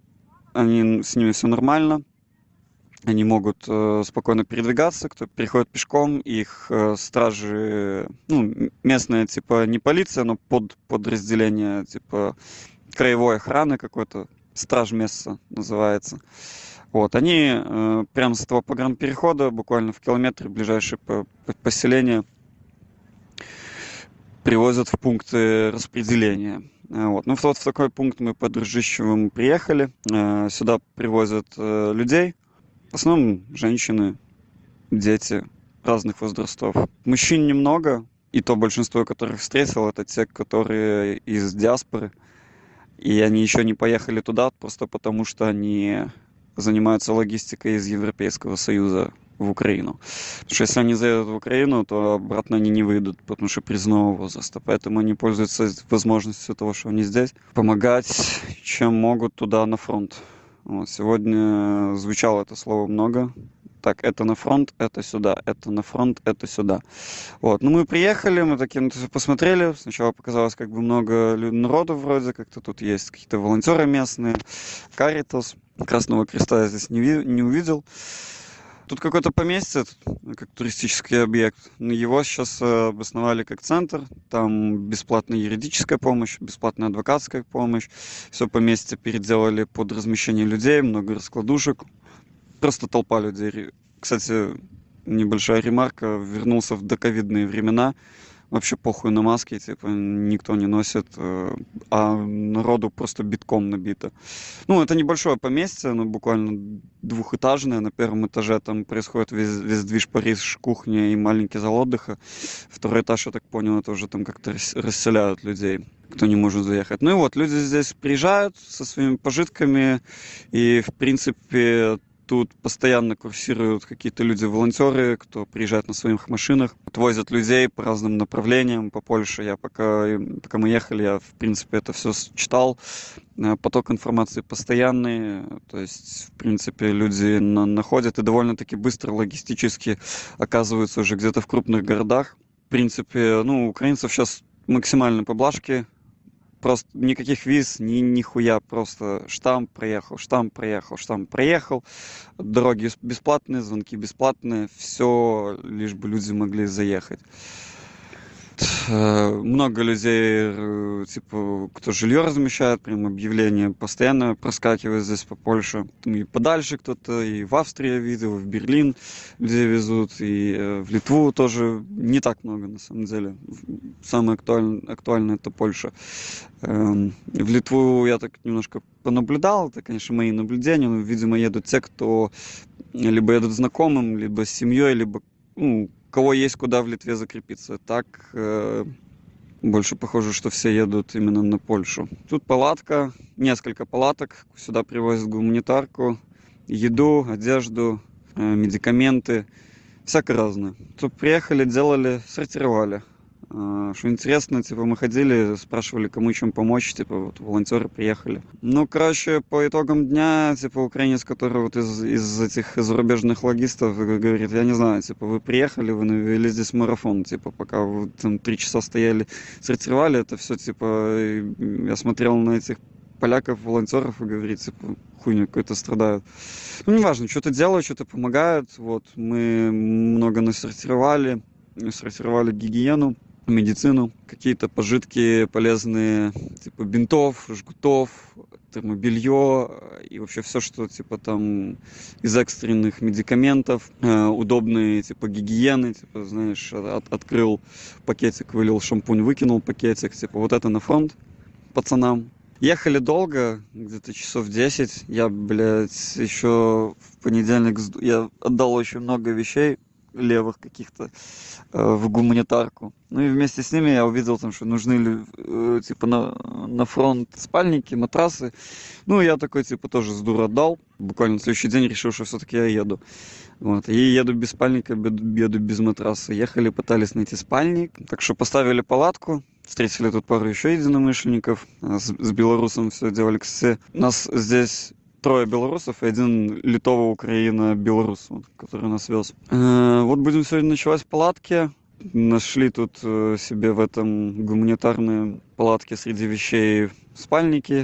Speaker 4: они, с ними все нормально. Они могут э, спокойно передвигаться, кто переходит пешком, их э, стражи, ну, местная, типа, не полиция, но под, подразделение, типа, краевой охраны какой-то, страж места называется. Вот, они э, прямо с этого погранперехода, буквально в километре ближайшее по, по, поселение, привозят в пункты распределения. Вот. Ну, вот в такой пункт мы под Ржищевым приехали. Э, сюда привозят э, людей. В основном женщины, дети разных возрастов. Мужчин немного, и то большинство, которых встретил, это те, которые из диаспоры. И они еще не поехали туда, просто потому что они занимаются логистикой из Европейского Союза в Украину. Потому что если они заедут в Украину, то обратно они не выйдут, потому что призывного возраста. Поэтому они пользуются возможностью того, что они здесь, помогать, чем могут, туда на фронт. Вот, сегодня звучало это слово много. Так, это на фронт, это сюда, это на фронт, это сюда. Вот, ну мы приехали, мы такие ну, посмотрели. Сначала показалось как бы много народу вроде, как-то тут есть какие-то волонтеры местные, Каритас. Красного Креста я здесь не, ви- не увидел. Тут какое-то поместье, как туристический объект. Его сейчас обосновали как центр. Там бесплатная юридическая помощь, бесплатная адвокатская помощь. Все поместье переделали под размещение людей, много раскладушек. Просто толпа людей. Кстати, небольшая ремарка. Вернулся в доковидные времена. Вообще похуй на маски, типа, никто не носит, а народу просто битком набито. Ну, это небольшое поместье, оно буквально двухэтажное. На первом этаже там происходит весь, весь движ Париж, кухня и маленький зал отдыха. Второй этаж, я так понял, это уже там как-то расселяют людей, кто не может заехать. Ну и вот, люди здесь приезжают со своими пожитками, и, в принципе, тут постоянно курсируют какие-то люди-волонтеры, кто приезжает на своих машинах, отвозят людей по разным направлениям по Польше. Я пока, пока мы ехали, я, в принципе, это все читал. Поток информации постоянный, то есть, в принципе, люди на- находят и довольно-таки быстро логистически оказываются уже где-то в крупных городах. В принципе, ну, у украинцев сейчас максимальные поблажки. Просто никаких виз, ни нихуя, просто штамп проехал, штамп проехал, штамп проехал. Дороги бесплатные, звонки бесплатные, все, лишь бы люди могли заехать. э, много людей, э, типа, кто жилье размещает, прям объявление постоянно проскакивает здесь по Польше. Там и подальше кто-то, и в Австрию я видел, и в Берлин людей везут, и э, в Литву тоже не так много, на самом деле. Самое актуальное, актуальное это Польша. Эм, в Литву я так немножко понаблюдал, это, конечно, мои наблюдения, но, видимо, едут те, кто либо едут знакомым, либо с семьей, либо, ну, у кого есть куда в Литве закрепиться. Так э, больше похоже, что все едут именно на Польшу. Тут палатка, несколько палаток. Сюда привозят гуманитарку, еду, одежду, э, медикаменты. Всякое разное. Тут приехали, делали, сортировали. Э, что интересно, типа мы ходили, спрашивали, кому чем помочь, типа вот волонтеры приехали. Ну, короче, по итогам дня, типа украинец, который вот из, из этих зарубежных логистов говорит, я не знаю, типа вы приехали, вы навели здесь марафон, типа пока вы там три часа стояли, сортировали это все, типа я смотрел на этих поляков, волонтеров и говорит, типа хуйню какой-то страдают. Ну, неважно, что-то делают, что-то помогают. Вот, мы много насортировали, сортировали гигиену, медицину, какие-то пожитки полезные, типа бинтов, жгутов, термобелье и вообще все, что типа там из экстренных медикаментов, э, удобные типа гигиены, типа, знаешь, от, открыл пакетик, вылил шампунь, выкинул пакетик, типа вот это на фронт пацанам. Ехали долго, где-то часов десять. Я, блядь, еще в понедельник я отдал очень много вещей левых каких-то э, в гуманитарку. Ну и вместе с ними я увидел там, что нужны ли э, типа на, на фронт спальники, матрасы. Ну я такой типа тоже с дура отдал. Буквально на следующий день решил, что все-таки я еду. Вот. И еду без спальника, еду без матраса. Ехали, пытались найти спальник. Так что поставили палатку. Встретили тут пару еще единомышленников. С, с белорусом все делали. Кстати, у нас здесь трое белорусов и один литово-украина-белорус, вот, который нас вез. Э, вот будем сегодня ночевать в палатке. Нашли тут э, себе в этом гуманитарной палатке среди вещей спальники,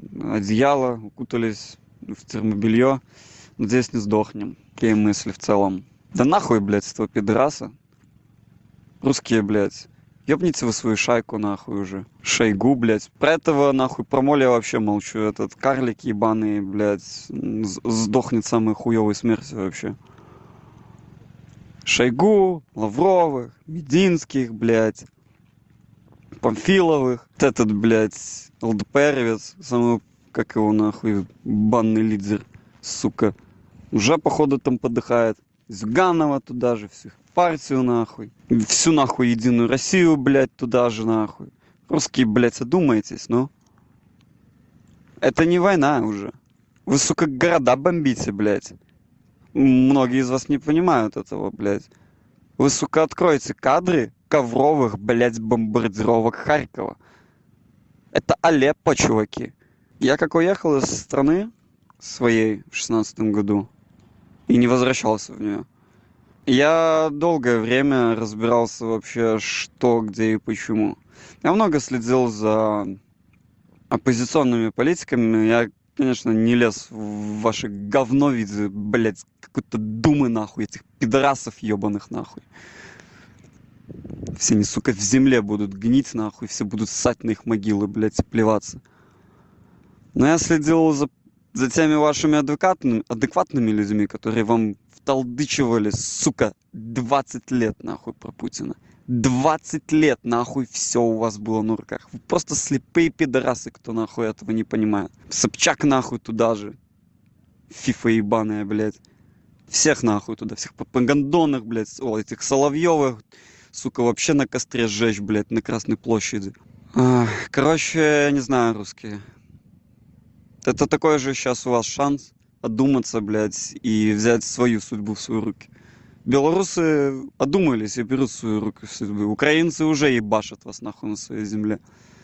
Speaker 4: одеяло, укутались в термобелье. Надеюсь, не сдохнем. Какие мысли в целом? Да нахуй, блядь, этого пидораса. Русские, блядь. Ёбните вы свою шайку, нахуй, уже. Шойгу, блядь. Про этого, нахуй, про Моли я вообще молчу. Этот карлик ебаный, блядь, сдохнет самой хуёвой смертью вообще. Шойгу, Лавровых, Мединских, блядь, Памфиловых. Вот этот, блядь, ЛДПРовец, самый, как его, нахуй, банный лидер, сука. Уже, походу, там подыхает. Зюганова туда же, всех. Партию, нахуй. Всю, нахуй, Единую Россию, блядь, туда же, нахуй. Русские, блядь, одумайтесь, ну. Это не война уже. Вы, сука, города бомбите, блядь. Многие из вас не понимают этого, блядь. Вы, сука, откроете кадры ковровых, блядь, бомбардировок Харькова. Это Алеппо, чуваки. Я как уехал из страны своей в шестнадцатом году и не возвращался в нее. Я долгое время разбирался вообще, что, где и почему. Я много следил за оппозиционными политиками. Я, конечно, не лез в ваши говновиды, блядь, какой-то думы, нахуй, этих пидорасов ебаных, нахуй. Все они, сука, в земле будут гнить, нахуй, все будут ссать на их могилы, блядь, и плеваться. Но я следил за, за теми вашими адекватными, адекватными людьми, которые вам вталдычивали, сука, двадцать лет, нахуй, про Путина. двадцать лет, нахуй, все у вас было на руках. Вы просто слепые пидорасы, кто, нахуй, этого не понимает. Собчак, нахуй, туда же. Фифа ебаная, блядь. Всех, нахуй, туда. Всех пропагандонных, блядь. О, этих Соловьевых, сука, вообще на костре сжечь, блядь, на Красной площади. Ах, короче, я не знаю, русские. Это такой же сейчас у вас шанс одуматься, блядь, и взять свою судьбу в свои руки. Белорусы одумались и берут свою руку в судьбу. Украинцы уже ебашат вас, нахуй, на своей земле.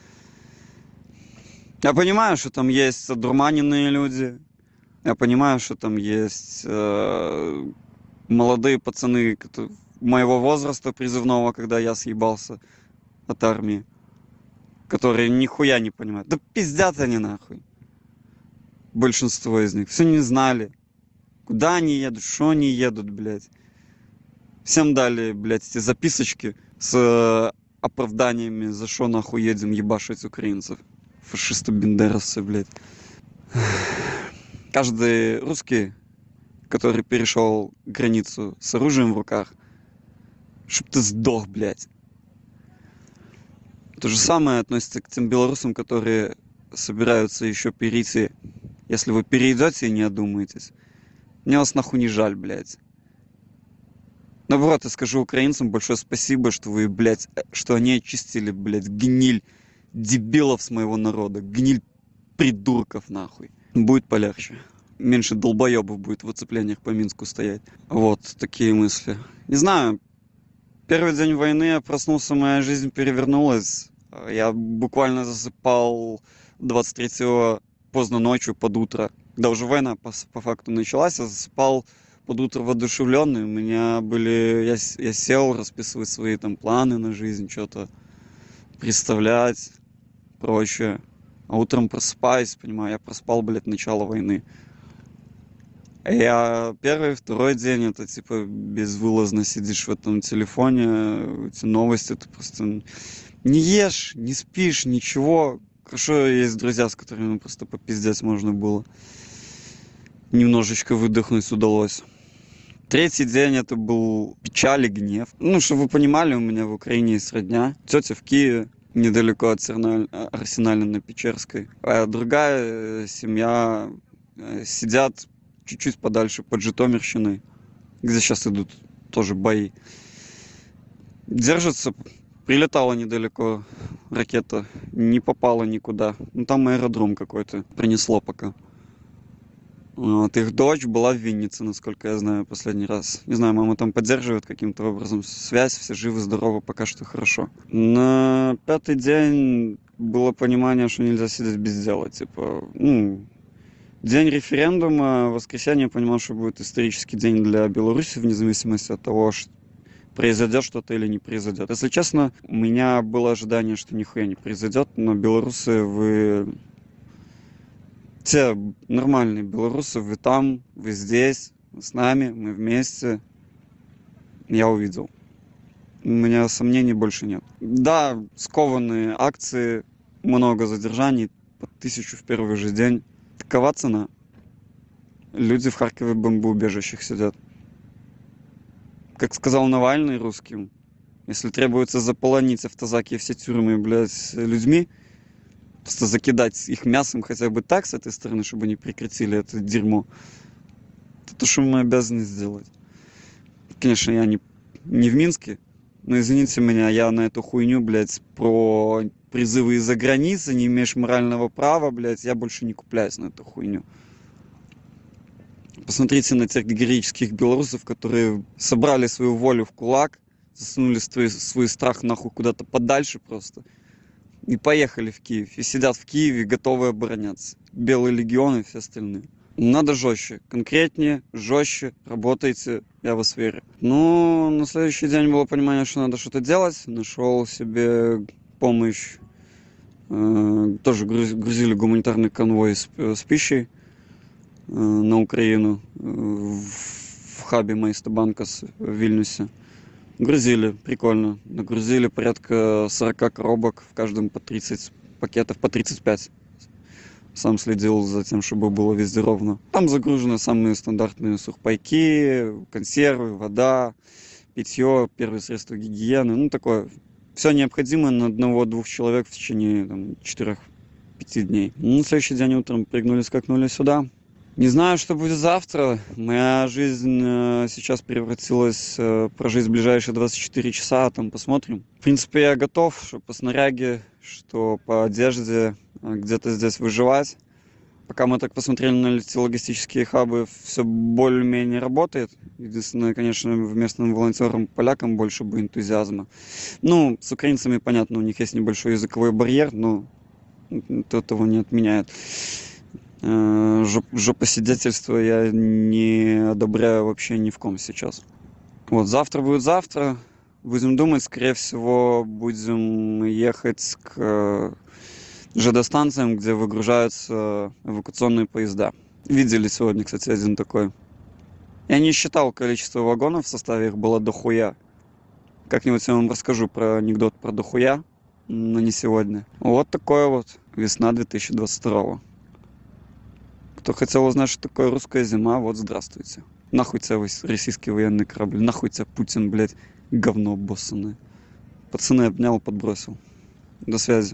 Speaker 4: Я понимаю, что там есть одурманенные люди. Я понимаю, что там есть э, молодые пацаны которые, моего возраста призывного, когда я съебался от армии, которые нихуя не понимают. Да пиздят они, нахуй. Большинство из них. Все не знали. Куда они едут, что они едут, блядь. Всем дали, блядь, эти записочки с оправданиями, за что нахуй едем ебашить украинцев. Фашисты-бендеровцы, блядь. Каждый русский, который перешел границу с оружием в руках, чтоб ты сдох, блядь. То же самое относится к тем белорусам, которые собираются еще перейти. Если вы перейдете и не одумаетесь, мне вас нахуй не жаль, блядь. Наоборот, я скажу украинцам большое спасибо, что вы, блядь, что они очистили, блядь, гниль дебилов с моего народа, гниль придурков, нахуй. Будет полегче. Меньше долбоебов будет в оцеплениях по Минску стоять. Вот такие мысли. Не знаю, первый день войны я проснулся, моя жизнь перевернулась. Я буквально засыпал двадцать третьего поздно ночью под утро. Когда уже война по, по факту началась, я засыпал под утро воодушевленный. У меня были... Я, я сел расписывать свои там планы на жизнь, что-то представлять, прочее. А утром просыпаюсь, понимаю, я проспал, блядь, начало войны. Я первый, второй день, это типа безвылазно сидишь в этом телефоне, эти новости, ты просто не ешь, не спишь, ничего. Хорошо, есть друзья, с которыми просто попиздец можно было. Немножечко выдохнуть удалось. Третий день это был печаль и гнев. Ну, чтобы вы понимали, у меня в Украине есть родня. Тетя в Киеве, недалеко от Арсенала на Печерской. А другая семья сидят чуть-чуть подальше, под Житомирщиной, где сейчас идут тоже бои. Держатся. Прилетала недалеко ракета, не попала никуда. Ну, там аэродром какой-то принесло пока. Вот, их дочь была в Виннице, насколько я знаю, последний раз. Не знаю, мама там поддерживает каким-то образом связь, все живы, здоровы, пока что хорошо. На пятый день было понимание, что нельзя сидеть без дела. Типа, ну, день референдума, в воскресенье я понимал, что будет исторический день для Беларуси, вне зависимости от того, что произойдет что-то или не произойдет. Если честно, у меня было ожидание, что нихуя не произойдет, но белорусы, вы... Те нормальные белорусы, вы там, вы здесь, вы с нами, мы вместе. Я увидел. У меня сомнений больше нет. Да, скованные акции, много задержаний, по тысячу в первый же день. Такова цена. Люди в Харькове в бомбоубежищах сидят. Как сказал Навальный русским, если требуется заполонить автозаки и все тюрьмы, блядь, людьми, просто закидать их мясом хотя бы так с этой стороны, чтобы они прекратили это дерьмо, это то, что мы обязаны сделать. Конечно, я не, не в Минске, но извините меня, я на эту хуйню, блядь, про призывы из-за границы, не имеешь морального права, блядь, я больше не купляюсь на эту хуйню. Посмотрите на тех героических белорусов, которые собрали свою волю в кулак, засунули свой, свой страх нахуй куда-то подальше просто и поехали в Киев. И сидят в Киеве, готовы обороняться. Белый легион и все остальные. Надо жестче, конкретнее, жестче, работайте, я вас верю. Ну, на следующий день было понимание, что надо что-то делать. Нашел себе помощь. Э, тоже грузили гуманитарный конвой с, с пищей на Украину в хабе Майстабанкас в Вильнюсе. Грузили, прикольно. Нагрузили порядка сорок коробок, в каждом по тридцать пакетов, по тридцать пять. Сам следил за тем, чтобы было везде ровно. Там загружены самые стандартные сухпайки, консервы, вода, питье, первые средства гигиены. Ну, такое. Все необходимое на одного-двух человек в течение там, четырех-пяти дней. Ну, на следующий день утром прыгнули, скакнули сюда. Не знаю, что будет завтра. Моя жизнь э, сейчас превратилась э, прожить ближайшие двадцать четыре часа, а там посмотрим. В принципе, я готов, что по снаряге, что по одежде, э, где-то здесь выживать. Пока мы так посмотрели на эти логистические хабы, все более-менее работает. Единственное, конечно, в местным волонтерам, полякам больше бы энтузиазма. Ну, с украинцами, понятно, у них есть небольшой языковой барьер, но это этого не отменяет. Жопосидетельство я не одобряю вообще ни в ком сейчас. Вот, завтра будет завтра. Будем думать, скорее всего, будем ехать к ЖД-станциям, где выгружаются эвакуационные поезда. Видели сегодня, кстати, один такой. Я не считал количество вагонов в составе, их было дохуя. Как-нибудь я вам расскажу про анекдот про дохуя, но не сегодня. Вот такое вот весна две тысячи двадцать второго. Кто хотел узнать, что такое русская зима, вот здравствуйте. Нахуй тебя российский военный корабль, нахуй тебя Путин, блядь, говно обоссанное. Пацаны, обнял, подбросил. До связи.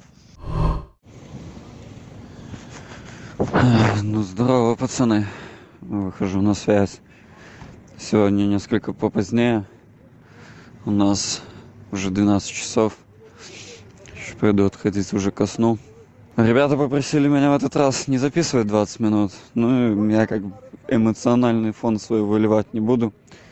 Speaker 4: Ну, здорово, пацаны. Выхожу на связь. Сегодня несколько попозднее. У нас уже двенадцать часов. Еще пойду отходить уже ко сну. Ребята попросили меня в этот раз не записывать двадцать минут. Ну, я как эмоциональный фон свой выливать не буду.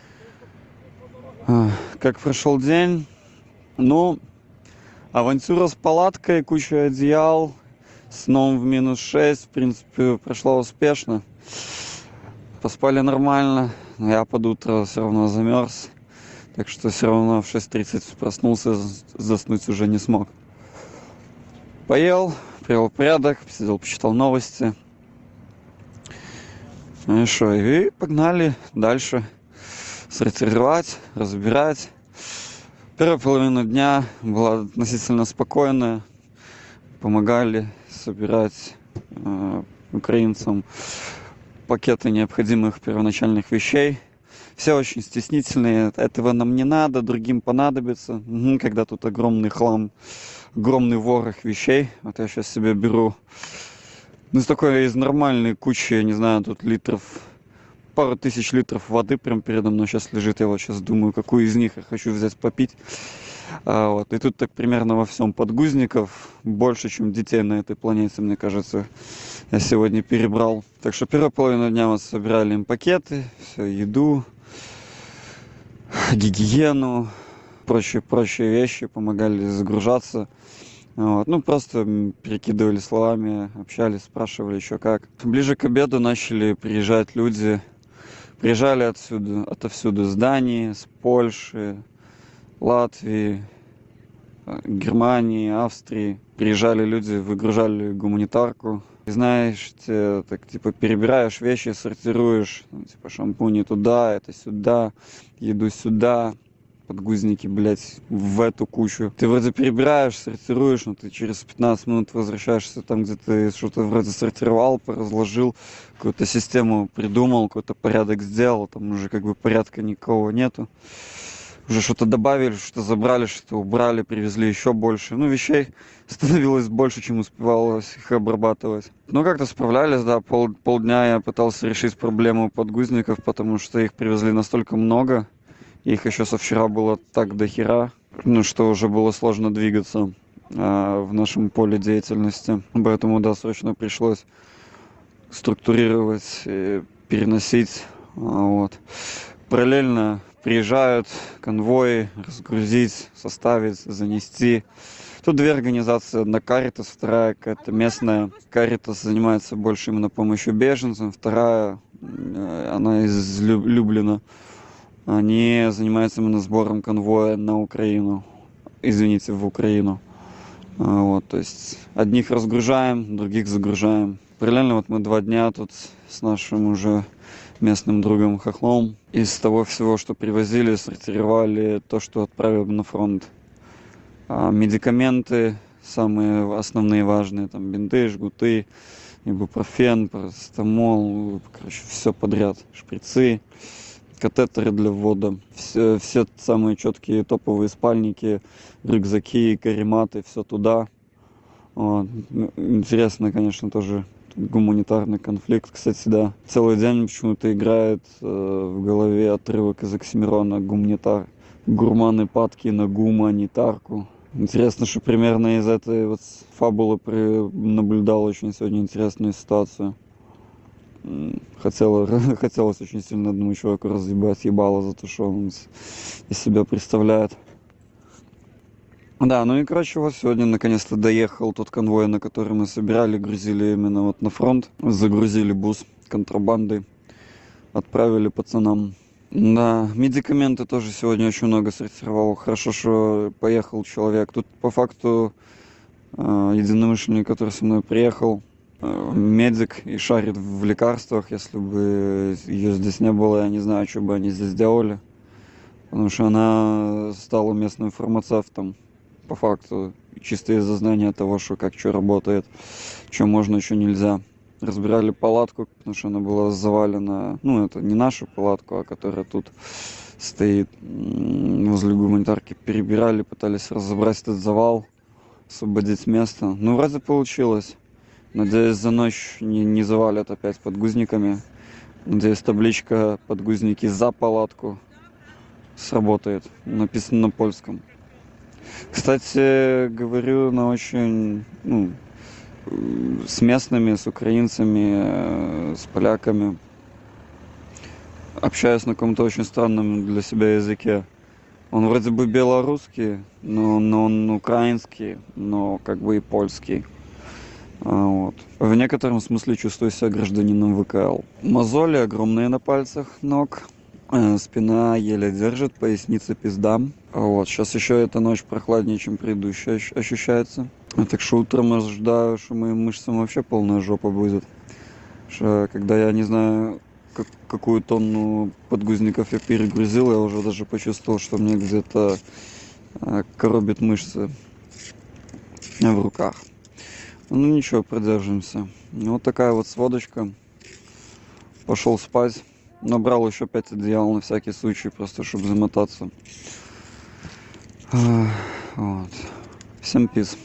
Speaker 4: Как прошел день? Ну, авантюра с палаткой, куча одеял, сном в минус шесть, в принципе, прошла успешно. Поспали нормально, но я под утро все равно замерз. Так что все равно в шесть тридцать проснулся, заснуть уже не смог. Поел, привел в порядок, посидел, почитал новости. Ну и что, и погнали дальше сортировать, разбирать. Первая половина дня была относительно спокойная. Помогали собирать э, украинцам пакеты необходимых первоначальных вещей. Все очень стеснительные. Этого нам не надо, другим понадобится. Угу, когда тут огромный хлам, огромный ворох вещей. Вот я сейчас себе беру, ну, из такой, из нормальной кучи, я не знаю, тут литров, пару тысяч литров воды прям передо мной сейчас лежит. Я вот сейчас думаю, какую из них я хочу взять попить. А, вот. И тут так примерно во всем подгузников. Больше, чем детей на этой планете, мне кажется, я сегодня перебрал. Так что первую половину дня мы собирали им пакеты, все, еду, гигиену, прочие-прочие вещи, помогали загружаться. Вот. Ну, просто перекидывали словами, общались, спрашивали еще как. Ближе к обеду начали приезжать люди. Приезжали отсюда, отовсюду, с Дании, с Польши, Латвии, Германии, Австрии. Приезжали люди, выгружали гуманитарку. И знаешь, ты, так типа перебираешь вещи, сортируешь, ну, типа шампуни туда, это сюда, еду сюда, подгузники, блядь, в эту кучу. Ты вроде перебираешь, сортируешь, но ты через пятнадцать минут возвращаешься там, где ты что-то вроде сортировал, поразложил, какую-то систему придумал, какой-то порядок сделал, там уже как бы порядка никакого нету. Уже что-то добавили, что-то забрали, что-то убрали, привезли еще больше. Ну, вещей становилось больше, чем успевалось их обрабатывать. Ну, как-то справлялись, да. Пол, полдня я пытался решить проблему подгузников, потому что их привезли настолько много. Их еще со вчера было так до хера, ну, что уже было сложно двигаться а, в нашем поле деятельности. Поэтому, да, срочно пришлось структурировать и переносить. А, вот. Параллельно приезжают конвои, разгрузить, составить, занести. Тут две организации. Одна Каритас, вторая какая-то местная. Каритас занимается больше именно помощью беженцам. Вторая, она из Люблина. Они занимаются именно сбором конвоя на Украину. Извините, в Украину. Вот, то есть одних разгружаем, других загружаем. Параллельно вот мы два дня тут с нашим уже местным другом Хохлом из того всего, что привозили, сортировали то, что отправили на фронт. А медикаменты, самые основные важные, там бинты, жгуты, ибупрофен, парацетамол, короче, все подряд, шприцы, катетеры для ввода, все, все самые четкие топовые спальники, рюкзаки, карематы, все туда. Вот. Интересно, конечно, тоже гуманитарный конфликт. Кстати, да, целый день почему-то играет э, в голове отрывок из Оксимирона «Гуманитар». Гурманы падки на гуманитарку. Интересно, что примерно из этой вот фабулы наблюдал очень сегодня интересную ситуацию. Хотела, хотелось очень сильно одному человеку разъебать ебало за то, что он из себя представляет. Да, ну и, короче, вот сегодня наконец-то доехал тот конвой, на который мы собирали, грузили именно вот на фронт. Загрузили бус контрабандой, отправили пацанам. Да, медикаменты тоже сегодня очень много сортировал. Хорошо, что поехал человек. Тут по факту единомышленник, который со мной приехал, медик и шарит в лекарствах. Если бы ее здесь не было, я не знаю, что бы они здесь делали. потому что она стала местным фармацевтом, по факту, чисто из-за знания того, что как что работает, что можно, что нельзя. Разбирали палатку, потому что она была завалена, ну, это не нашу палатку, а которая тут стоит возле гуманитарки. Перебирали, пытались разобрать этот завал, освободить место. Ну, вроде получилось. Надеюсь, за ночь не, не завалят опять подгузниками. Надеюсь, табличка «Подгузники за палатку» сработает. Написано на польском. Кстати, говорю на очень, ну, с местными, с украинцами, с поляками. Общаюсь на каком-то очень странном для себя языке. Он вроде бы белорусский, но, но он украинский, но как бы и польский. Вот. В некотором смысле чувствую себя гражданином ВКЛ. Мозоли огромные на пальцах ног. Спина еле держит, поясница пизда. Вот. Сейчас еще эта ночь прохладнее, чем предыдущая ощущается. Так что утром ожидаю, что моим мышцам вообще полная жопа будет. Что когда я не знаю, как, какую тонну подгузников я перегрузил, я уже даже почувствовал, что мне где-то э, коробит мышцы в руках. Ну ничего, продержимся. Вот такая вот сводочка. Пошел спать. Набрал еще пять одеял на всякий случай, просто чтобы замотаться. Вот. Всем пиз.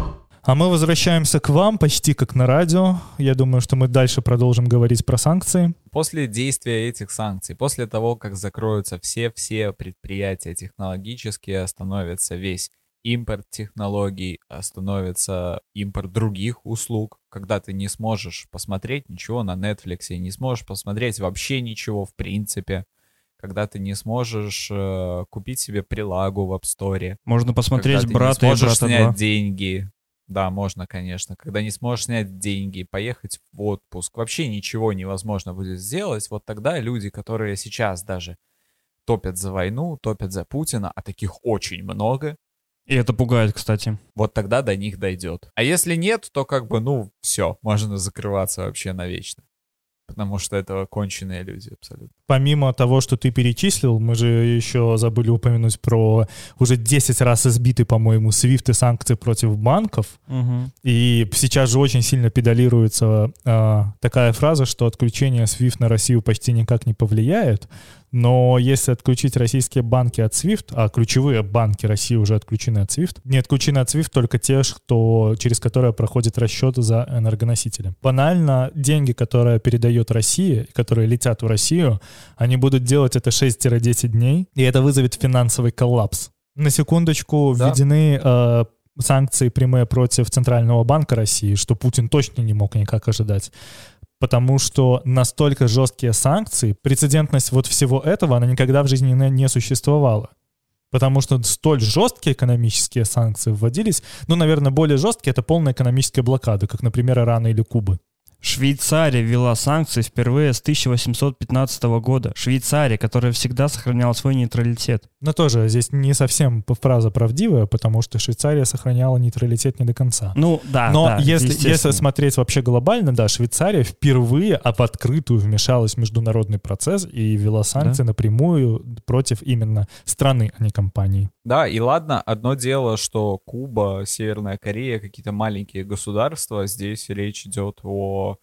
Speaker 1: А мы возвращаемся к вам почти как на радио. Я думаю, что мы дальше продолжим говорить про санкции.
Speaker 2: После действия этих санкций, после того, как закроются все-все предприятия технологические, остановится весь импорт технологий, остановится импорт других услуг, когда ты не сможешь посмотреть ничего на Netflix, не сможешь посмотреть вообще ничего в принципе, когда ты не сможешь э, купить себе прилагу в App Store.
Speaker 3: Можно посмотреть «Брата»
Speaker 2: и
Speaker 3: «Брата
Speaker 2: «Брата» снять
Speaker 3: два.
Speaker 2: деньги. Да, можно, конечно. Когда не сможешь снять деньги, поехать в отпуск, вообще ничего невозможно будет сделать, вот тогда люди, которые сейчас даже топят за войну, топят за Путина, а таких очень много,
Speaker 3: и это пугает, кстати.
Speaker 2: вот тогда до них дойдет. А если нет, то как бы, ну, все, можно закрываться вообще навечно. Потому что это конченые люди абсолютно.
Speaker 1: Помимо того, что ты перечислил, мы же еще забыли упомянуть про уже десять раз избитый, по-моему, свифт и санкции против банков.
Speaker 3: Угу.
Speaker 1: И сейчас же очень сильно педалируется э, такая фраза, что отключение свифт на Россию почти никак не повлияет. Но если отключить российские банки от свифт, а ключевые банки России уже отключены от свифт, не отключены от свифт только те, что, через которые проходит расчет за энергоносители. Банально деньги, которые передает Россия, которые летят в Россию, они будут делать это шесть-десять дней, и это вызовет финансовый коллапс. На секундочку,
Speaker 2: Да.
Speaker 1: введены э, санкции прямые против Центрального банка России, что Путин точно не мог никак ожидать. Потому что настолько жесткие санкции, прецедентность вот всего этого, она никогда в жизни не, не существовала. Потому что столь жесткие экономические санкции вводились, ну, наверное, более жесткие — это полная экономическая блокада, как, например, Ирана или Кубы.
Speaker 3: Швейцария ввела санкции впервые с тысяча восемьсот пятнадцатого года. Швейцария, которая всегда сохраняла свой нейтралитет.
Speaker 1: Но тоже здесь не совсем фраза правдивая, потому что Швейцария сохраняла нейтралитет не до конца.
Speaker 3: Ну, да,
Speaker 1: Но
Speaker 3: да,
Speaker 1: если, если
Speaker 3: естественно.
Speaker 1: смотреть вообще глобально, да, Швейцария впервые в открытую вмешалась в международный процесс и ввела санкции
Speaker 3: Да.
Speaker 1: напрямую против именно страны, а не компании.
Speaker 2: Да, и ладно, одно дело, что Куба, Северная Корея, какие-то маленькие государства, здесь речь идет о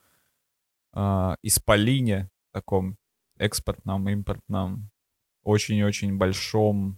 Speaker 2: э, исполине, таком экспортном, импортном, очень-очень большом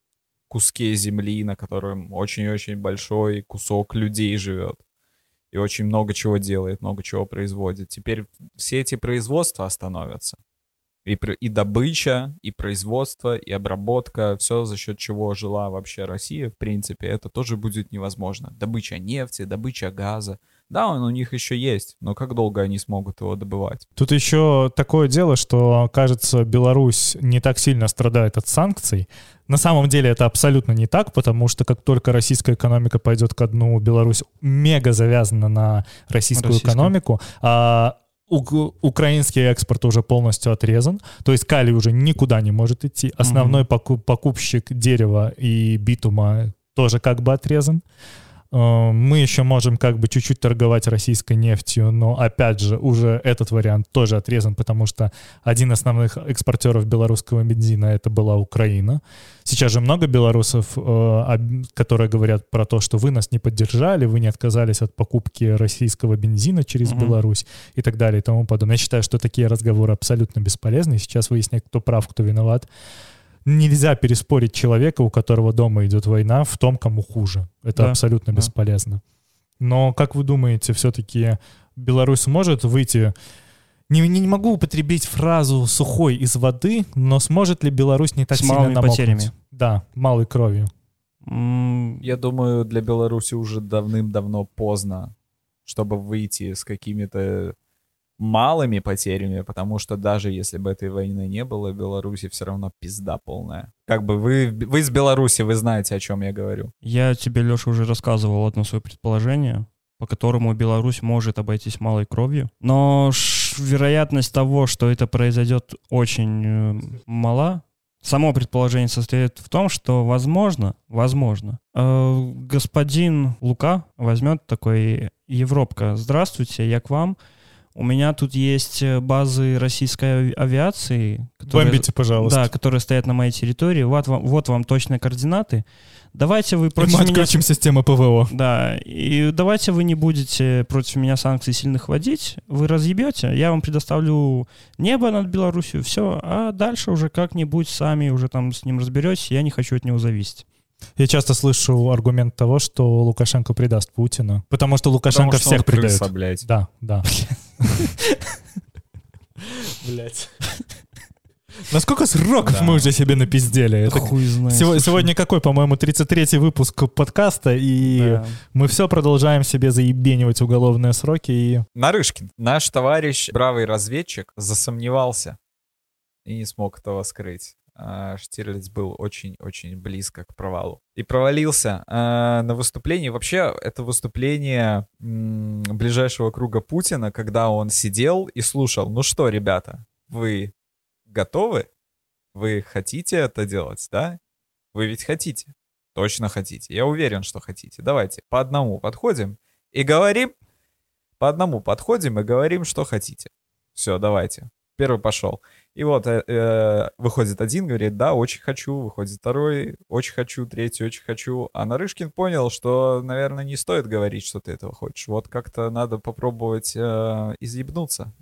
Speaker 2: куске земли, на котором очень-очень большой кусок людей живет. И очень много чего делает, много чего производит. Теперь все эти производства остановятся. И, пр- и добыча, и производство, и обработка, все, за счет чего жила вообще Россия, в принципе, это тоже будет невозможно. Добыча нефти, добыча газа. Да, он у них еще есть, но как долго они смогут его добывать?
Speaker 1: Тут еще такое дело, что, кажется, Беларусь не так сильно страдает от санкций. На самом деле это абсолютно не так, потому что как только российская экономика пойдет ко дну, Беларусь мега завязана на российскую
Speaker 3: Российскую.
Speaker 1: экономику, а у- украинский экспорт уже полностью отрезан, то есть калий уже никуда не может идти. Основной поку- покупщик дерева и битума тоже как бы отрезан. Мы еще можем как бы чуть-чуть торговать российской нефтью, но опять же уже этот вариант тоже отрезан, потому что один из основных экспортеров белорусского бензина это была Украина. Сейчас же много белорусов, которые говорят про то, что вы нас не поддержали, вы не отказались от покупки российского бензина через mm-hmm. Беларусь и так далее и тому подобное. Я считаю, что такие разговоры абсолютно бесполезны. Сейчас выяснять, кто прав, кто виноват. Нельзя переспорить человека, у которого дома идет война, в том, кому хуже. Это да, абсолютно да. бесполезно. Но, как вы думаете, все-таки Беларусь может выйти... Не, не могу употребить фразу «сухой из воды», но сможет ли Беларусь не так
Speaker 3: С
Speaker 1: сильно
Speaker 3: малыми
Speaker 1: намокнуть?
Speaker 3: Потерями.
Speaker 1: Да, малой кровью.
Speaker 2: Я думаю, для Беларуси уже давным-давно поздно, чтобы выйти с какими-то малыми потерями, потому что даже если бы этой войны не было, Беларуси все равно пизда полная. Как бы вы, вы из Беларуси, вы знаете, о чем я говорю.
Speaker 3: Я тебе, Леша, уже рассказывал одно свое предположение, по которому Беларусь может обойтись малой кровью. Но ш- вероятность того, что это произойдет, очень э, мала. Само предположение состоит в том, что возможно, возможно, э, господин Лука возьмет такой: Европка, здравствуйте, я к вам. У меня тут есть базы российской авиации, которые,
Speaker 1: бомбите, пожалуйста.
Speaker 3: Да, которые стоят на моей территории. Вот вам, вот вам точные координаты. Давайте вы против
Speaker 1: и мы
Speaker 3: меня...
Speaker 1: отключим систему ПВО.
Speaker 3: Да, и давайте вы не будете против меня санкций сильных вводить. Вы разъебете, я вам предоставлю небо над Беларусью, все, а дальше уже как-нибудь сами уже там с ним разберетесь. Я не хочу от него зависеть.
Speaker 1: Я часто слышу аргумент того, что Лукашенко предаст Путина, потому что Лукашенко
Speaker 2: потому что
Speaker 1: всех
Speaker 2: он крыса,
Speaker 1: предает.
Speaker 2: Блядь.
Speaker 1: Да, да. Блять. Насколько сроков
Speaker 2: Да.
Speaker 1: мы уже себе напиздели? Это
Speaker 3: Хуй знает.
Speaker 1: Сего-
Speaker 3: слушай.
Speaker 1: сегодня какой, по-моему, тридцать третий выпуск подкаста, и
Speaker 3: Да.
Speaker 1: мы все продолжаем себе заебенивать уголовные сроки. И
Speaker 2: Нарышкин, наш товарищ, бравый разведчик, засомневался и не смог этого скрыть. А, Штирлиц был очень-очень близко к провалу. И провалился а, на выступлении. Вообще, это выступление м, ближайшего круга Путина, когда он сидел и слушал: ну что, ребята, вы готовы? Вы хотите это делать, да? Вы ведь хотите. Точно хотите. Я уверен, что хотите. Давайте по одному подходим и говорим. По одному подходим и говорим, что хотите. Все, давайте. Первый пошел. И вот э, э, выходит один, говорит: да, очень хочу. Выходит второй: очень хочу. Третий: очень хочу. А Нарышкин понял, что, наверное, не стоит говорить, что ты этого хочешь. Вот как-то надо попробовать э, изъебнуться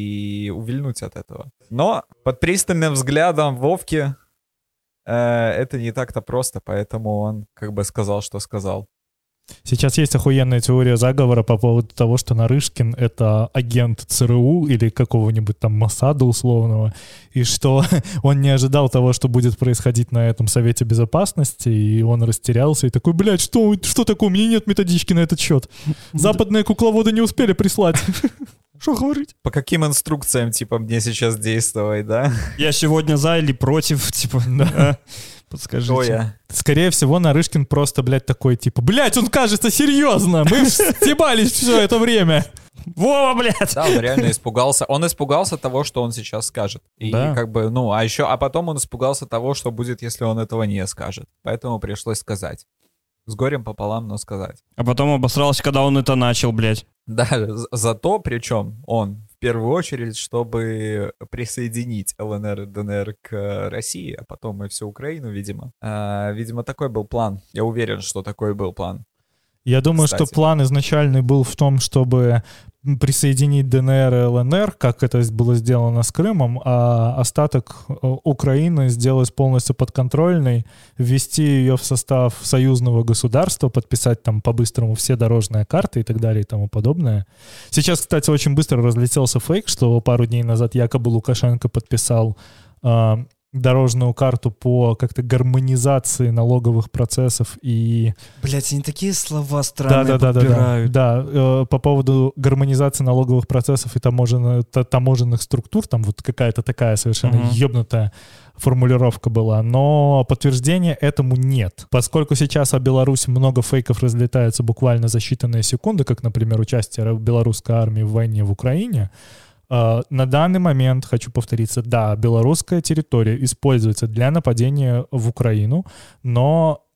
Speaker 2: и увильнуть от этого. Но под пристальным взглядом Вовки э, это не так-то просто, поэтому он как бы сказал, что сказал.
Speaker 1: сейчас есть охуенная теория заговора по поводу того, что Нарышкин — это агент ЦРУ или какого-нибудь там Моссада условного, и что он не ожидал того, что будет происходить на этом Совете Безопасности, и он растерялся и такой: блядь, что, что такое? У меня нет методички на этот счет. Западные кукловоды не успели прислать. Что говорить?
Speaker 2: По каким инструкциям, типа, мне сейчас действовать, да?
Speaker 3: Я сегодня за или против, типа, да. Подскажите.
Speaker 2: Кто я?
Speaker 1: Скорее всего, Нарышкин просто, блядь, такой, типа: блядь, он кажется серьезно, мы стебались все это время.
Speaker 3: Вова, блядь!
Speaker 2: Да, он реально испугался. Он испугался того, что он сейчас скажет. И
Speaker 3: Да.
Speaker 2: как бы, ну, а еще, а потом он испугался того, что будет, если он этого не скажет. Поэтому пришлось сказать. С горем пополам, но сказать.
Speaker 3: А потом обосрался, когда он это начал, блядь.
Speaker 2: Да, за- зато, причем, он в первую очередь, чтобы присоединить ЛНР и ДНР к России, а потом и всю Украину, видимо. А, видимо, такой был план. Я уверен, что такой был план.
Speaker 1: Я думаю,
Speaker 2: Кстати.
Speaker 1: что план изначальный был в том, чтобы присоединить ДНР и ЛНР, как это было сделано с Крымом, а остаток э, Украины сделать полностью подконтрольной, ввести ее в состав союзного государства, подписать там по-быстрому все дорожные карты и так далее и тому подобное. Сейчас, кстати, очень быстро разлетелся фейк, что пару дней назад якобы Лукашенко подписал э, дорожную карту по как-то гармонизации налоговых процессов и...
Speaker 3: Блядь, они такие слова странные
Speaker 1: да, да, да,
Speaker 3: подбирают.
Speaker 1: да, да. Э, по поводу гармонизации налоговых процессов и таможенно, та- таможенных структур, там вот какая-то такая совершенно
Speaker 3: Мгм.
Speaker 1: ёбнутая формулировка была, но подтверждения этому нет. Поскольку сейчас о Беларуси много фейков разлетается буквально за считанные секунды, как, например, участие белорусской армии в войне в Украине, Uh, на данный момент, хочу повториться, да, белорусская территория используется для нападения в Украину, но на-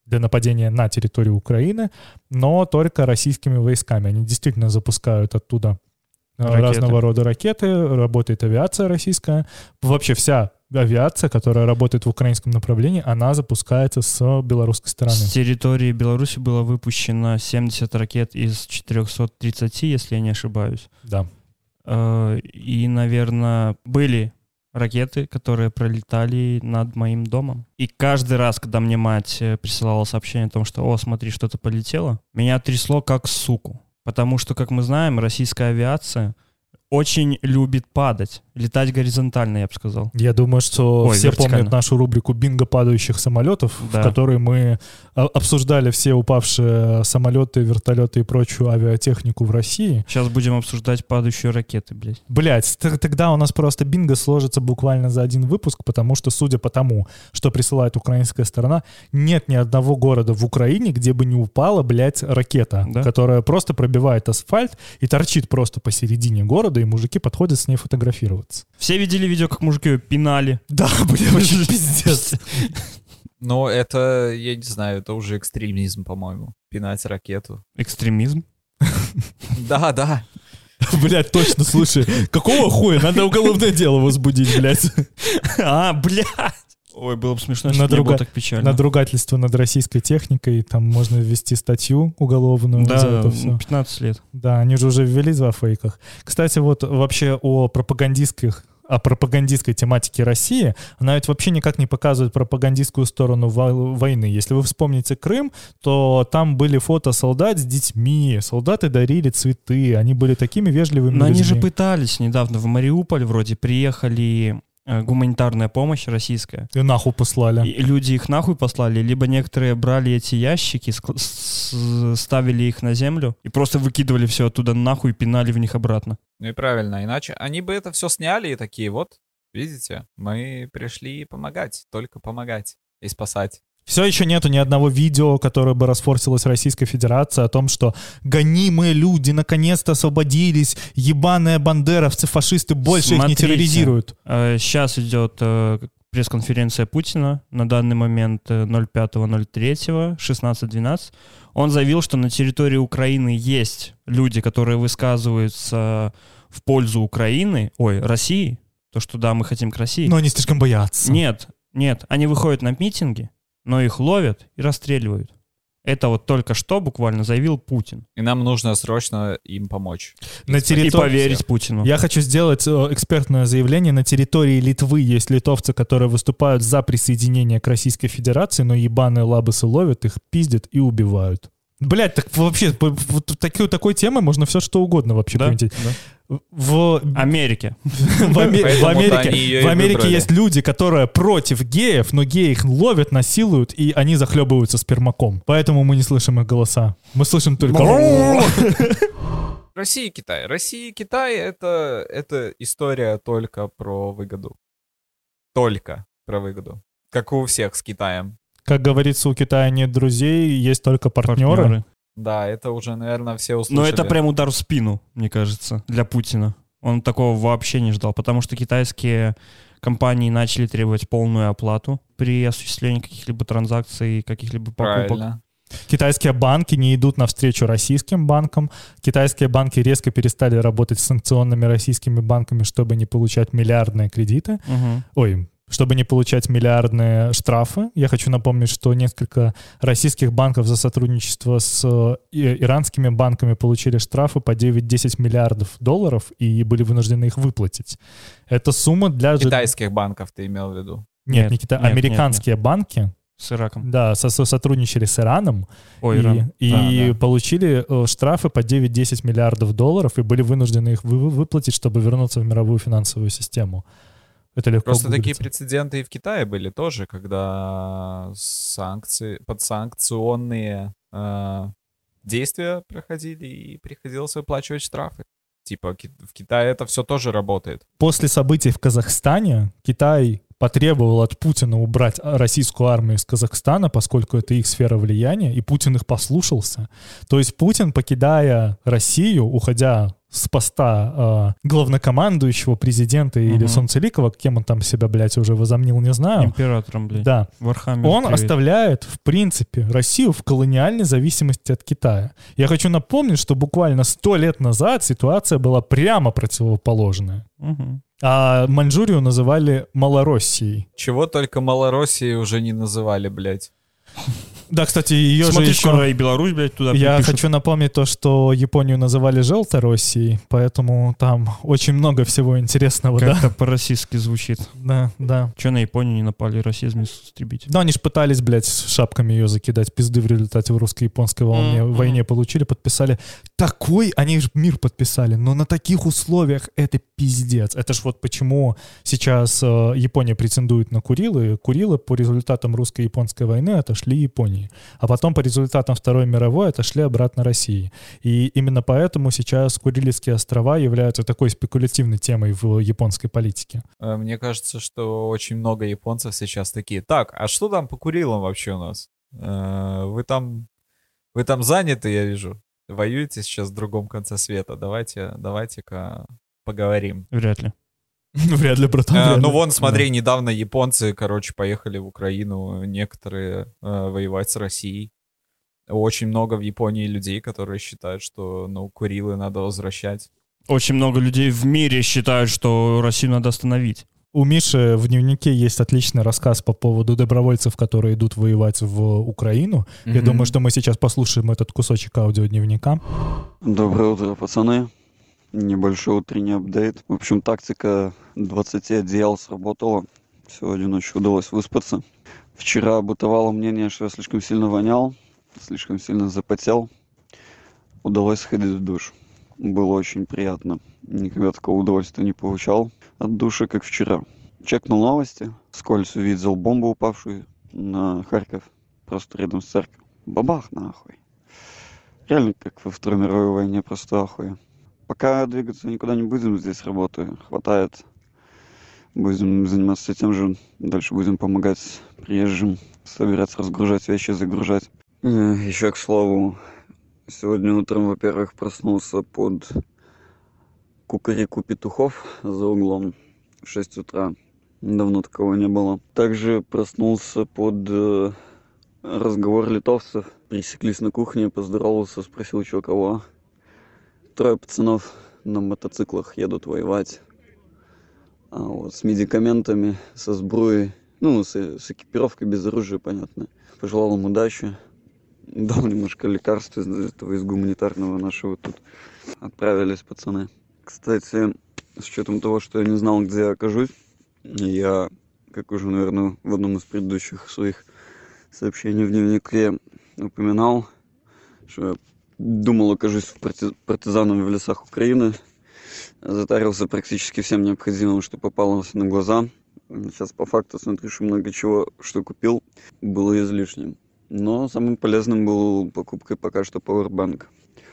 Speaker 1: для нападения на территорию Украины, но только российскими войсками. Они действительно запускают оттуда
Speaker 3: Ракеты.
Speaker 1: разного рода ракеты, работает авиация российская. Вообще вся авиация, которая работает в украинском направлении, она запускается с белорусской стороны.
Speaker 3: С территории Беларуси было выпущено семьдесят ракет из четырехсот тридцати, если я не ошибаюсь.
Speaker 1: Да.
Speaker 3: И, наверное, были ракеты, которые пролетали над моим домом. И каждый раз, когда мне мать присылала сообщение о том, что «О, смотри, что-то полетело», меня трясло как суку. Потому что, как мы знаем, российская авиация очень любит падать. Летать горизонтально, я бы сказал.
Speaker 1: Я думаю, что
Speaker 3: Ой,
Speaker 1: все
Speaker 3: вертикально.
Speaker 1: помнят нашу рубрику «Бинго падающих самолетов»,
Speaker 3: Да.
Speaker 1: в которой мы а, обсуждали все упавшие самолеты, вертолеты и прочую авиатехнику в России.
Speaker 3: Сейчас будем обсуждать падающие ракеты, блядь.
Speaker 1: Блять, тогда у нас просто бинго сложится буквально за один выпуск, потому что, судя по тому, что присылает украинская сторона, нет ни одного города в Украине, где бы не упала, блядь, ракета,
Speaker 3: Да?
Speaker 1: которая просто пробивает асфальт и торчит просто посередине города, и мужики подходят с ней фотографироваться.
Speaker 3: Все видели видео, как мужики ее пинали?
Speaker 1: Да, бля, вообще пиздец.
Speaker 2: Но это, я не знаю, это уже экстремизм, по-моему. Пинать ракету.
Speaker 3: Экстремизм?
Speaker 2: Да, да.
Speaker 1: Блядь, точно, слушай, какого хуя? Надо уголовное дело возбудить, блядь.
Speaker 3: А, блядь! Ой, было бы смешно, если бы не
Speaker 1: Надруга-
Speaker 3: было так печально.
Speaker 1: Надругательство над российской техникой, там можно ввести статью уголовную за
Speaker 3: Да,
Speaker 1: это все.
Speaker 3: пятнадцать лет.
Speaker 1: Да, они же уже ввели во фейках. Кстати, вот вообще о пропагандистских о пропагандистской тематике России, она ведь вообще никак не показывает пропагандистскую сторону во- войны. Если вы вспомните Крым, то там были фото солдат с детьми, солдаты дарили цветы, они были такими вежливыми
Speaker 3: Но они же
Speaker 1: людьми.
Speaker 3: пытались недавно в Мариуполь вроде приехали э, гуманитарная помощь российская.
Speaker 1: И нахуй послали.
Speaker 3: И люди их нахуй послали, либо некоторые брали эти ящики, ск- с- ставили их на землю и просто выкидывали все оттуда нахуй и пинали в них обратно.
Speaker 2: Ну и правильно, иначе они бы это все сняли и такие, вот, видите, мы пришли помогать, только помогать и спасать.
Speaker 1: Все еще нету ни одного видео, которое бы расфорсилась Российская Федерация о том, что гонимые люди наконец-то освободились, ебаные бандеровцы, фашисты больше их не
Speaker 3: Смотрите.
Speaker 1: терроризируют.
Speaker 3: Э, Сейчас идет э, пресс-конференция Путина на данный момент э, ноль пятого ноль третьего шестнадцать двенадцать. Он заявил, что на территории Украины есть люди, которые высказываются в пользу Украины, ой, России, то, что да, мы хотим к России.
Speaker 1: Но они слишком боятся.
Speaker 3: Нет, нет, они выходят на митинги, но их ловят и расстреливают. Это вот только что буквально заявил Путин.
Speaker 2: И нам нужно срочно им помочь.
Speaker 1: На
Speaker 3: И
Speaker 1: территории...
Speaker 3: поверить Путину.
Speaker 1: Я хочу сделать э, экспертное заявление. На территории Литвы есть литовцы, которые выступают за присоединение к Российской Федерации, но ебаные лабысы ловят, их пиздят и убивают. Блять, так вообще, по- вот такой, такой темой можно все что угодно вообще
Speaker 3: Да?
Speaker 1: комментировать.
Speaker 3: Да.
Speaker 1: В,
Speaker 3: Америке.
Speaker 1: в, Аме- в
Speaker 2: Поэтому-то
Speaker 1: Америке,
Speaker 2: они её и
Speaker 1: в Америке
Speaker 2: выбрали.
Speaker 1: есть люди, которые против геев, но геи их ловят, насилуют, и они захлебываются спермаком. Поэтому мы не слышим их голоса. Мы слышим только...
Speaker 2: Россия и Китай. Россия и Китай это, это история только про выгоду. Только про выгоду. Как у всех с Китаем.
Speaker 1: Как говорится, у Китая нет друзей, есть только партнеры.
Speaker 3: Партнеры.
Speaker 2: Да, это уже, наверное, все услышали.
Speaker 3: Но это прям удар в спину, мне кажется, для Путина. Он такого вообще не ждал, потому что китайские компании начали требовать полную оплату при осуществлении каких-либо транзакций, каких-либо покупок.
Speaker 2: Правильно.
Speaker 1: Китайские банки не идут навстречу российским банкам. Китайские банки резко перестали работать с санкционными российскими банками, чтобы не получать миллиардные кредиты.
Speaker 3: Мгм.
Speaker 1: Ой, чтобы не получать миллиардные штрафы. Я хочу напомнить, что несколько российских банков за сотрудничество с э, и- иранскими банками получили штрафы по девять-десять миллиардов долларов и были вынуждены их выплатить. Это сумма для... же-
Speaker 2: Китайских банков ты имел в виду?
Speaker 1: Нет,
Speaker 3: Нет,
Speaker 1: не Китай,
Speaker 3: нет, нет,
Speaker 1: американские банки,
Speaker 3: С Ираком.
Speaker 1: да, со- со- сотрудничали с Ираном.
Speaker 3: Ой,
Speaker 1: и
Speaker 3: Иран.
Speaker 1: и
Speaker 3: А, да.
Speaker 1: получили э, штрафы по девять-десять миллиардов долларов и были вынуждены их вы- вы- выплатить, чтобы вернуться в мировую финансовую систему. Это легко
Speaker 2: Просто такие
Speaker 1: гуглится.
Speaker 2: прецеденты и в Китае были тоже, когда санкции, подсанкционные э, действия проходили и приходилось выплачивать штрафы. Типа ки- в Китае это все тоже работает.
Speaker 1: После событий в Казахстане Китай потребовал от Путина убрать российскую армию из Казахстана, поскольку это их сфера влияния, и Путин их послушался. То есть Путин, покидая Россию, уходя с поста э, главнокомандующего, президента или
Speaker 3: Мгм.
Speaker 1: Солнцеликова, кем он там себя, блядь, уже возомнил, не знаю.
Speaker 3: Императором, блядь.
Speaker 1: Да.
Speaker 3: Вархаммер
Speaker 1: Он
Speaker 3: привет.
Speaker 1: оставляет, в принципе, Россию в колониальной зависимости от Китая. Я хочу напомнить, что буквально сто лет назад ситуация была прямо противоположная.
Speaker 3: Мгм.
Speaker 1: А Маньчжурию называли Малороссией.
Speaker 2: Чего только Малороссией уже не называли, блядь.
Speaker 1: Да, кстати, ее
Speaker 3: Смотри,
Speaker 1: же еще...
Speaker 3: скоро и Беларусь, блядь, туда
Speaker 1: Я
Speaker 3: припишут.
Speaker 1: хочу напомнить то, что Японию называли Желтороссией, поэтому там очень много всего интересного, да?
Speaker 3: Как-то по-российски звучит.
Speaker 1: Да, да.
Speaker 3: Че на Японию не напали, расизм истребить?
Speaker 1: Да, они же пытались, блядь, шапками ее закидать, пизды в результате в русско-японской волне,
Speaker 3: Мгм.
Speaker 1: войне получили, подписали. Такой, они же мир подписали, но на таких условиях это пиздец. Это ж вот почему сейчас э, Япония претендует на Курилы. Курилы по результатам русско-японской войны отошли Японии, а потом по результатам Второй мировой отошли обратно России. И именно поэтому сейчас Курильские острова являются такой спекулятивной темой в японской политике.
Speaker 2: Э, Мне кажется, что очень много японцев сейчас такие. Так, а что там по Курилам вообще у нас? Э, Вы там, вы там заняты, я вижу. Воюете сейчас в другом конце света. Давайте, давайте-ка поговорим.
Speaker 3: Вряд ли.
Speaker 1: Вряд ли, братан.
Speaker 2: Э,
Speaker 1: вряд ли.
Speaker 2: ну вон, смотри, недавно японцы, короче, поехали в Украину, некоторые э, воевать с Россией. Очень много в Японии людей, которые считают, что, ну, Курилы надо возвращать.
Speaker 3: Очень много людей в мире считают, что Россию надо остановить.
Speaker 1: У Миши в дневнике есть отличный рассказ по поводу добровольцев, которые идут воевать в Украину. Я
Speaker 2: Мгм.
Speaker 1: думаю, что мы сейчас послушаем этот кусочек аудиодневника.
Speaker 4: Доброе утро, пацаны. Небольшой утренний апдейт. В общем, тактика двадцати одеял сработала. Сегодня ночью удалось выспаться. Вчера бытовало мнение, что я слишком сильно вонял, слишком сильно запотел. Удалось сходить в душ. Было очень приятно. Никогда такого удовольствия не получал от душа, как вчера. Чекнул новости. Вскользь увидел бомбу, упавшую на Харьков. Просто рядом с церковью. Бабах нахуй. Реально, как во Второй мировой войне, просто ахуя. Пока двигаться никуда не будем, здесь работы хватает. Будем заниматься тем же. Дальше будем помогать приезжим собирать, разгружать вещи, загружать. Еще, к слову, сегодня утром, во-первых, проснулся под кукареку петухов за углом в шесть утра. Давно такого не было. Также проснулся под э, разговор литовцев. Пересеклись на кухне, поздоровался, спросил, что кого. Трое пацанов на мотоциклах едут воевать. А вот с медикаментами, со сбруей, ну, с, с экипировкой, без оружия, понятно. Пожелал им удачи. Дал немножко лекарств из этого, из гуманитарного нашего тут. Отправились пацаны. Кстати, с учетом того, что я не знал, где я окажусь, я, как уже, наверное, в одном из предыдущих своих сообщений в дневнике упоминал, что я думал, окажусь в парти- партизаном в лесах Украины. Затарился практически всем необходимым, что попалось на глаза. Сейчас по факту смотрю, что много чего, что купил, было излишним. Но самым полезным был покупкой пока что Powerbank.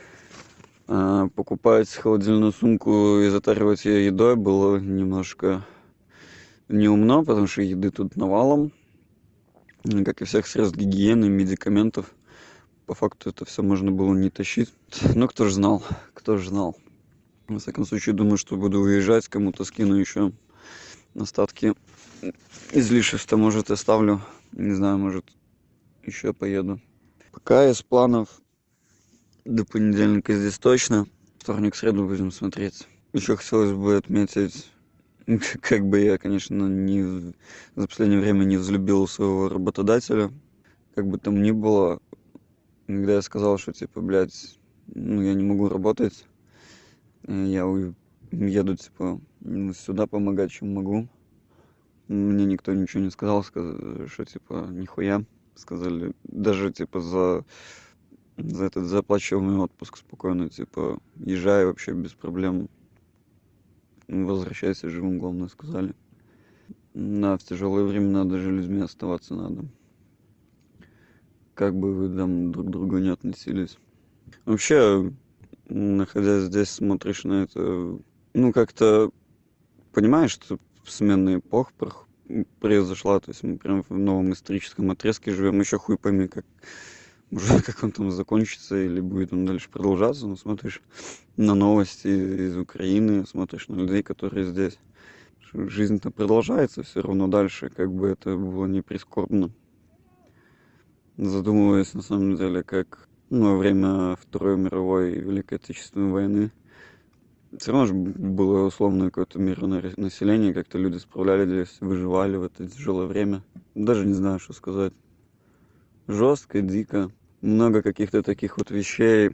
Speaker 4: А покупать холодильную сумку и затаривать ее едой было немножко неумно, потому что еды тут навалом, как и всех средств гигиены, медикаментов. По факту это все можно было не тащить. Но кто же знал, кто же знал. Во всяком случае, думаю, что буду уезжать, кому-то скину еще остатки излишеств, может, оставлю. Не знаю, может, еще поеду. Пока из планов до понедельника здесь точно. Вторник, среду будем смотреть. Еще хотелось бы отметить, как бы я, конечно, не, за последнее время не взлюбил своего работодателя. Как бы там ни было, когда я сказал, что, типа, блядь, ну, я не могу работать, я еду, типа, сюда помогать, чем могу. Мне никто ничего не сказал, сказали, что, типа, нихуя. Сказали, даже, типа, за, за этот заплачиваемый отпуск спокойно, типа, езжай вообще без проблем. Возвращайся живым, главное, сказали. Да, в тяжелые времена даже людьми оставаться надо. Как бы вы там друг к другу не относились. Вообще, находясь здесь, смотришь на это, ну, как-то понимаешь, что сменная эпоха произошла, то есть мы прям в новом историческом отрезке живем, еще хуй пойми, как Уже как он там закончится или будет он дальше продолжаться, но смотришь на новости из Украины, смотришь на людей, которые здесь. Жизнь-то продолжается все равно дальше, как бы это было не прискорбно. Задумываясь на самом деле, как ну, во время Второй мировой и Великой Отечественной войны все равно же было условно какое-то мирное население, как-то люди справлялись, выживали в это тяжелое время. Даже не знаю, что сказать. Жестко, дико. Много каких-то таких вот вещей.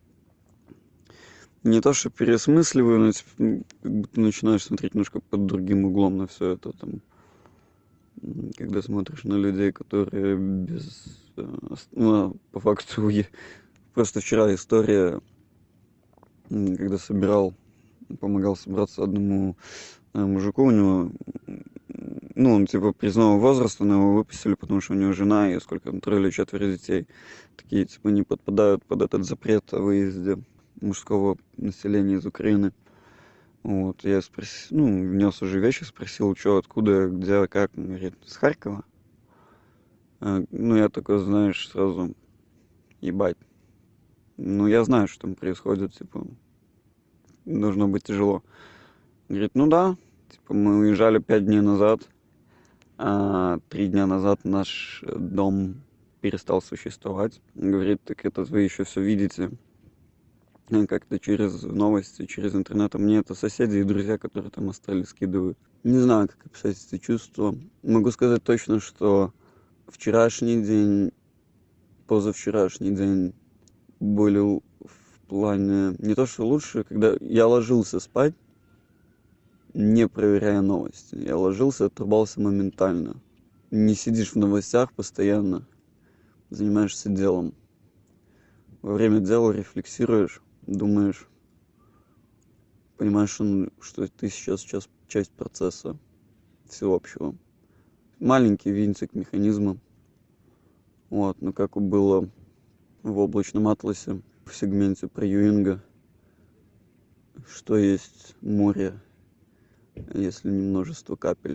Speaker 4: Не то, что переосмысливаю, но типа, как бы ты начинаешь смотреть немножко под другим углом на все это. Там, когда смотришь на людей, которые без... Ну, по факту, просто вчера история, когда собирал, помогал собраться одному мужику, у него, ну, он типа признаного возраста, но его выпустили, потому что у него жена и сколько там, трое или четверо детей. Такие, типа, не подпадают под этот запрет о выезде мужского населения из Украины. Вот, я спросил, ну, внес уже вещи, спросил, что, откуда, где, как. Он говорит, с Харькова. А, ну, я такой, знаешь, сразу, ебать. Ну, я знаю, что там происходит, типа, должно быть тяжело. Говорит, ну да, типа, мы уезжали пять дней назад, а три дня назад наш дом перестал существовать. Говорит, так это вы еще все видите. Как-то через новости, через интернет. А мне это соседи и друзья, которые там остались, скидывают. Не знаю, как описать эти чувства. Могу сказать точно, что вчерашний день, позавчерашний день были в плане не то, что лучше, когда я ложился спать, не проверяя новости. Я ложился, отрубался моментально. Не сидишь в новостях постоянно, занимаешься делом. Во время дела рефлексируешь, думаешь, понимаешь, что ты сейчас, сейчас часть процесса всеобщего. Маленький винтик механизма. Вот, но как было в облачном атласе в сегменте про Юинга, что есть море, если не множество капель.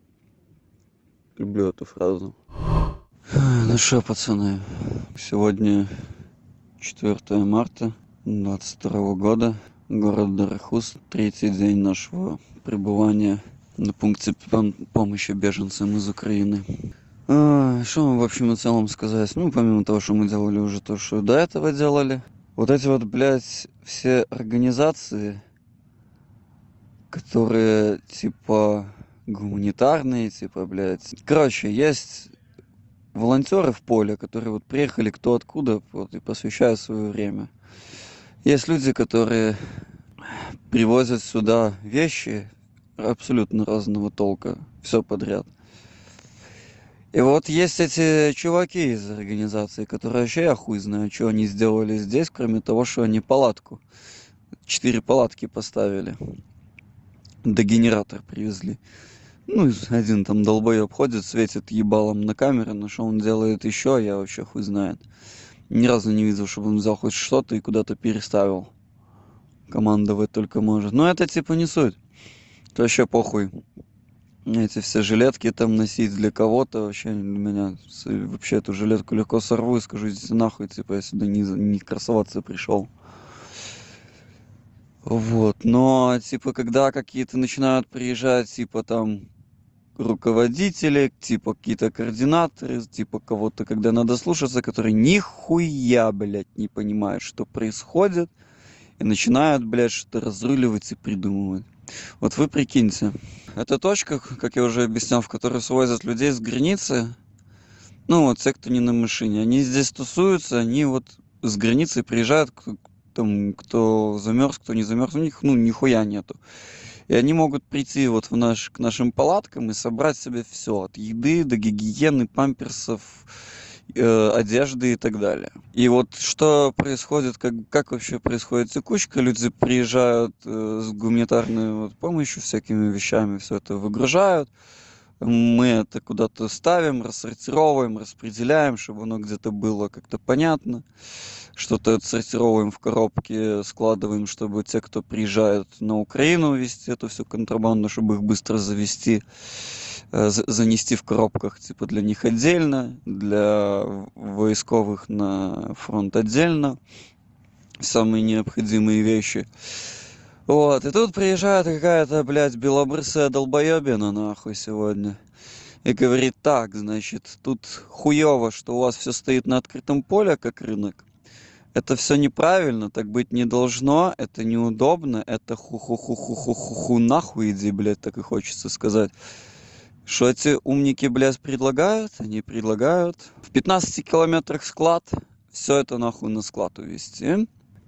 Speaker 4: Люблю эту фразу. Ну что, пацаны, сегодня четвёртое марта двадцать второго года, город Дарахус, третий день нашего пребывания на пункте помощи беженцам из Украины. А, что мы в общем и целом сказать? Ну, помимо того, что мы делали уже то, что до этого делали. Вот эти вот, блядь, все организации, которые, типа, гуманитарные, типа, блядь. Короче, есть волонтеры в поле, которые вот приехали кто откуда, вот, и посвящают свое время. Есть люди, которые привозят сюда вещи абсолютно разного толка, все подряд. И вот есть эти чуваки из организации, которые вообще я хуй знаю, что они сделали здесь, кроме того, что они палатку, четыре палатки поставили, да генератор привезли. Ну, один там долбоеб ходит, светит ебалом на камеру, но что он делает еще, я вообще хуй знает. Ни разу не видел, чтобы он взял хоть что-то и куда-то переставил. Командовать только может. Но это типа не суть. То вообще похуй. Эти все жилетки там носить для кого-то, вообще для меня, вообще эту жилетку легко сорву и скажу, идите нахуй, типа я сюда не, не красоваться пришел. Вот, но, типа, когда какие-то начинают приезжать, типа, там, руководители, типа, какие-то координаторы, типа, кого-то, когда надо слушаться, которые нихуя, блядь, не понимают, что происходит, и начинают, блядь, что-то разруливать и придумывать. Вот вы прикиньте, эта точка, как я уже объяснял, в которой свозят людей с границы, ну, вот те, кто не на машине, они здесь тусуются, они вот с границы приезжают, там, кто замерз, кто не замерз, у них, ну, нихуя нету. И они могут прийти вот в наш, к нашим палаткам и собрать себе все, от еды до гигиены, памперсов, э, одежды и так далее. И вот что происходит, как, как вообще происходит текучка, люди приезжают э, с гуманитарной вот, помощью, всякими вещами, все это выгружают, мы это куда-то ставим, рассортировываем, распределяем, чтобы оно где-то было как-то понятно. Что-то отсортировываем в коробки, складываем, чтобы те, кто приезжает на Украину, везти эту всю контрабанду, чтобы их быстро завести. э, за- занести в коробках, типа для них отдельно, для войсковых на фронт отдельно, самые необходимые вещи. Вот, и тут приезжает какая-то, блядь, белобрысая долбоебина, нахуй, сегодня. И говорит, так, значит, тут хуёво, что у вас все стоит на открытом поле, как рынок. Это все неправильно, так быть не должно, это неудобно, это ху-ху-ху-ху-ху-ху-ху, нахуй иди, блядь, так и хочется сказать. Что эти умники, блядь, предлагают? Они предлагают в пятнадцати километрах склад, все это нахуй на склад увезти.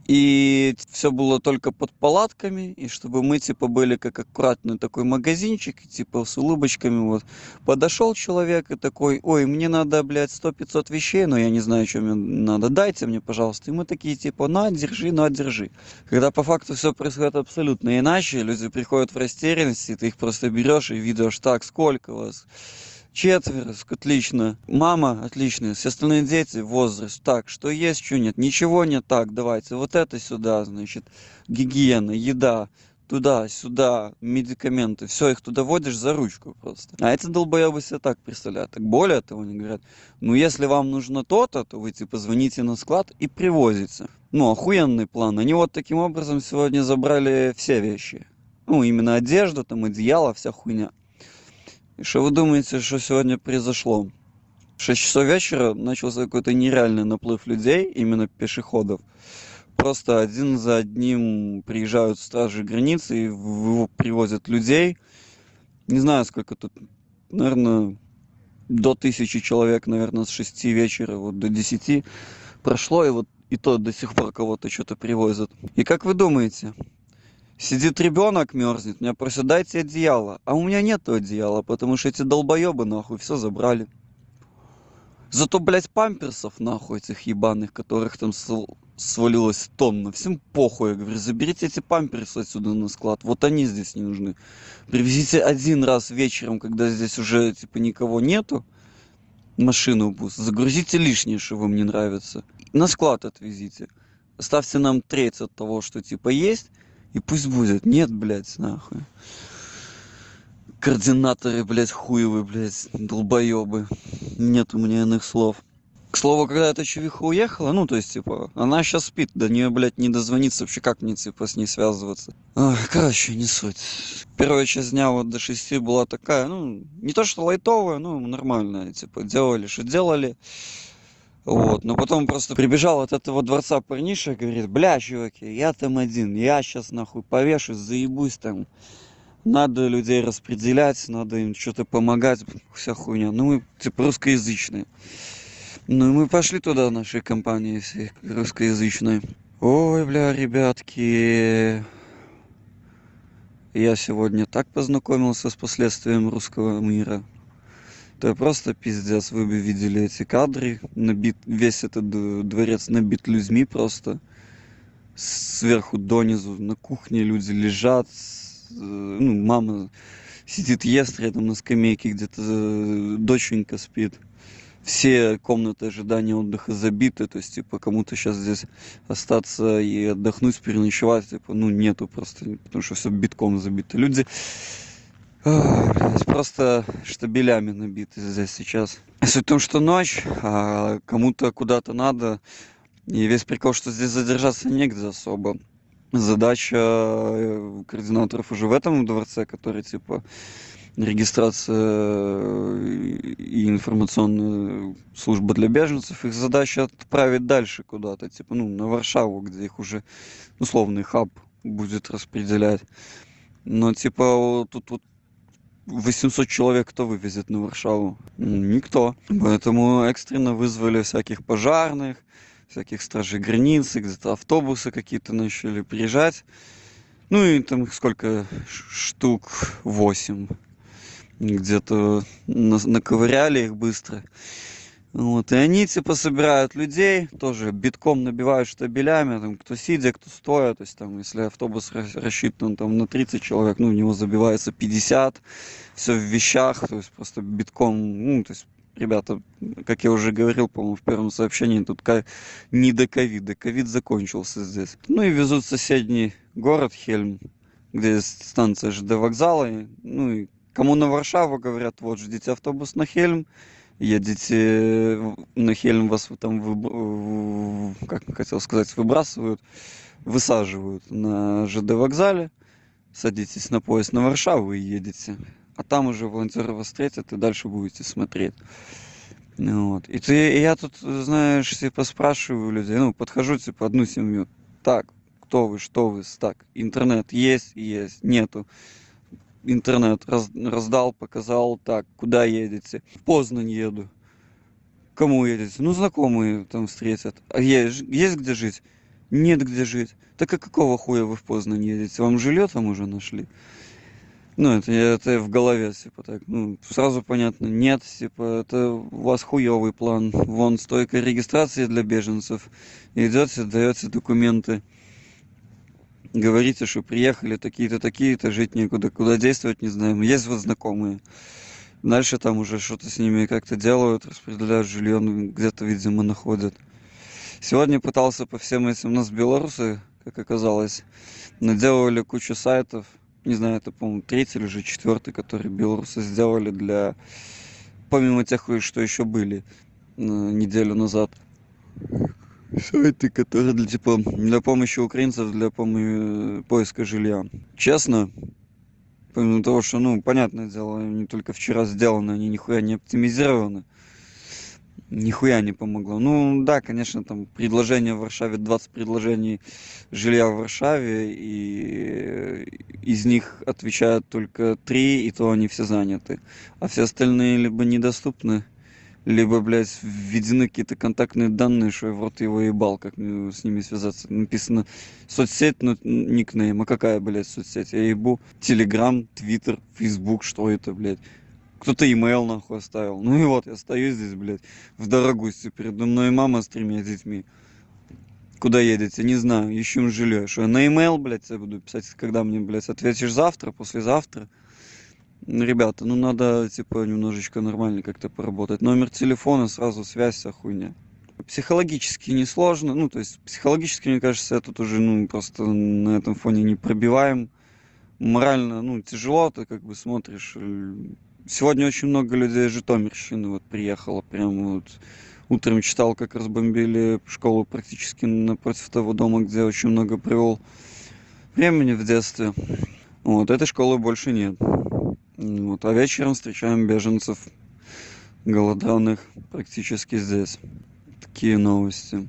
Speaker 4: И все было только под палатками, и чтобы мы, типа, были как аккуратный такой магазинчик, и, типа, с улыбочками, вот. Подошел человек и такой, ой, мне надо, блядь, сто-пятьсот вещей, но я не знаю, что мне надо, дайте мне, пожалуйста. И мы такие, типа, на, держи, на, держи. Когда по факту все происходит абсолютно иначе, люди приходят в растерянность, и ты их просто берешь и видишь, так, сколько вас? Четверо, отлично. Мама, отлично. Все остальные дети, возраст. Так, что есть, что нет? Ничего нет. Так, давайте. Вот это сюда, значит. Гигиена, еда. Туда, сюда, медикаменты. Все, их туда водишь за ручку просто. А эти долбоебы себе так представляют. Так более того, они говорят, ну если вам нужно то-то, то вы типа звоните на склад и привозите. Ну, охуенный план. Они вот таким образом сегодня забрали все вещи. Ну, именно одежда, там, одеяло, вся хуйня. И что вы думаете, что сегодня произошло? В шесть часов вечера начался какой-то нереальный наплыв людей, именно пешеходов. Просто один за одним приезжают стражи границы и в- в- привозят людей. Не знаю, сколько тут, наверное, до тысячи человек, наверное, с шести вечера вот до десяти прошло, и вот и то до сих пор кого-то что-то привозят. И как вы думаете? Сидит ребенок, мерзнет, меня просят, дайте одеяло. А у меня нету одеяла, потому что эти долбоебы, нахуй, все забрали. Зато, блядь, памперсов, нахуй, этих ебаных, которых там свал- свалилось тонна. Всем похуй, я говорю, заберите эти памперсы отсюда на склад. Вот они здесь не нужны. Привезите один раз вечером, когда здесь уже, типа, никого нету, машину бус, загрузите лишнее, что вам не нравится. На склад отвезите. Оставьте нам треть от того, что, типа, есть. И пусть будет. Нет, блядь, нахуй. Координаторы, блядь, хуевы, блядь, долбоебы. Нет у меня иных слов. К слову, когда эта чувиха уехала, ну, то есть, типа, она сейчас спит, до нее, блядь, не дозвониться, вообще как мне, типа, с ней связываться. Ой, короче, не суть. Первая часть дня вот до шести была такая, ну, не то что лайтовая, ну, нормальная, типа, делали, что делали. Вот, но потом просто прибежал от этого дворца парниша, говорит, бля, чуваки, я там один, я сейчас нахуй повешусь, заебусь там. Надо людей распределять, надо им что-то помогать, вся хуйня. Ну, мы, типа, русскоязычные. Ну, и мы пошли туда, нашей компании всей русскоязычной. Ой, бля, ребятки, я сегодня так познакомился с последствием русского мира. Это просто пиздец, вы бы видели эти кадры, набит, весь этот дворец набит людьми просто, сверху донизу, на кухне люди лежат, ну, мама сидит, ест рядом на скамейке, где-то доченька спит, все комнаты ожидания отдыха забиты, то есть, типа, кому-то сейчас здесь остаться и отдохнуть, переночевать, типа, ну, нету просто, потому что все битком забито. Люди... Ой, блядь, просто штабелями набиты здесь сейчас. Суть в том, что ночь, а кому-то куда-то надо. И весь прикол, что здесь задержаться негде особо. Задача координаторов уже в этом дворце, который, типа, регистрация и информационная служба для беженцев. Их задача отправить дальше куда-то, типа, ну, на Варшаву, где их уже условный хаб будет распределять. Но, типа, тут вот восемьсот человек кто вывезет на Варшаву? Никто. Поэтому экстренно вызвали всяких пожарных, всяких стражей границы, где-то автобусы какие-то начали приезжать. Ну и там их сколько? Штук восемь. Где-то наковыряли их быстро. Вот, и они типа собирают людей, тоже битком набивают штабелями, там, кто сидя, кто стоя, то есть там, если автобус рассчитан там на тридцать человек, ну, в него забивается пятьдесят, все в вещах, то есть просто битком, ну, то есть, ребята, как я уже говорил, по-моему, в первом сообщении, тут не до ковида, ковид закончился здесь. Ну и везут в соседний город Хельм, где есть станция ЖД вокзала, ну и Кому на Варшаву говорят, вот, ждите автобус на Хельм, едете на Хельм, вас там, выб... как хотел сказать, выбрасывают, высаживают на ЖД вокзале, садитесь на поезд на Варшаву и едете. А там уже волонтеры вас встретят и дальше будете смотреть. Вот. И, ты, и я тут, знаешь, типа спрашиваю людей, ну, подхожу, типа, одну семью. Так, кто вы, что вы, так, интернет есть, есть, нету. Интернет раз, раздал, показал, так, куда едете? В Познань еду. Кому едете? Ну, знакомые там встретят. А есть, есть где жить? Нет где жить. Так а какого хуя вы в Познань едете? Вам жилье там уже нашли? Ну, это, это в голове, типа, так, ну, сразу понятно, нет, типа, это у вас хуёвый план, вон, стойка регистрации для беженцев, идете, даете документы, говорите, что приехали такие-то, такие-то, жить некуда, куда действовать не знаем, есть вот знакомые, дальше там уже что-то с ними как-то делают, распределяют жилье, ну, где-то, видимо, находят. Сегодня пытался по всем этим, у нас белорусы, как оказалось, наделали кучу сайтов. Не знаю, это, по-моему, третий или же четвертый, который белорусы сделали для... Помимо тех, что еще были э, неделю назад. Сайты, которые для, типа, для помощи украинцев, для помощи поиска жилья. Честно, помимо того, что, ну, понятное дело, они только вчера сделаны, они нихуя не оптимизированы. Нихуя не помогло. Ну да, конечно, там предложения в Варшаве, двадцать предложений жилья в Варшаве, и из них отвечают только три, и то они все заняты. А все остальные либо недоступны, либо, блядь, введены какие-то контактные данные, что я в рот его ебал, как мне с ними связаться. Написано соцсеть, но никнейм. А какая, блядь, соцсеть? Я ебу. Телеграм, Твиттер, Фейсбук, что это, блядь? Кто-то имейл нахуй оставил. Ну и вот, я стою здесь, блядь, в Дорогусте. Передо мной мама с тремя детьми. Куда едете? Не знаю. Ищем жилье. Что я на имейл, блядь, я буду писать, когда мне, блядь, ответишь завтра, послезавтра? Ну, ребята, ну надо, типа, немножечко нормально как-то поработать. Номер телефона, сразу связь, вся хуйня. Психологически несложно. Ну, то есть, психологически, мне кажется, я тут уже, ну, просто на этом фоне не пробиваем. Морально, ну, тяжело, ты как бы смотришь... Сегодня очень много людей из Житомирщины вот приехало. Прям вот утром читал, как разбомбили школу практически напротив того дома, где очень много провел времени в детстве. Вот, этой школы больше нет. Вот, а вечером встречаем беженцев голодранных практически здесь. Такие новости.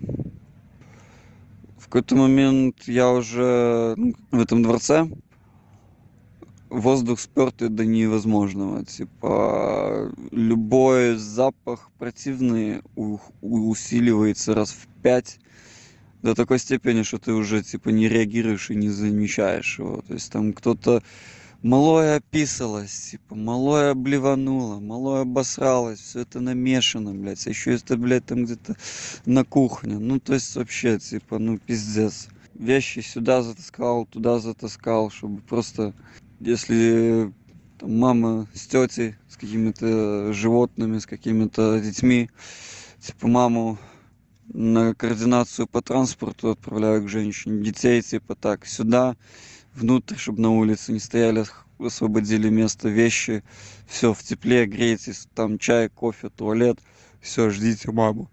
Speaker 4: В какой-то момент я уже ну, в этом дворце. Воздух спёртый до невозможного. Типа, любой запах противный у- у- усиливается раз в пять до такой степени, что ты уже, типа, не реагируешь и не замечаешь его. То есть там кто-то малое описалось, типа, малое обливануло, малое обосралось, все это намешано, блядь. А еще это, блядь, там где-то на кухне. Ну, то есть вообще, типа, ну, пиздец. Вещи сюда затаскал, туда затаскал, чтобы просто... Если там, мама с тетей, с какими-то животными, с какими-то детьми, типа маму на координацию по транспорту отправляю к женщине, детей типа так, сюда, внутрь, чтобы на улице не стояли, освободили место, вещи, все в тепле, грейтесь, там чай, кофе, туалет, все, ждите маму.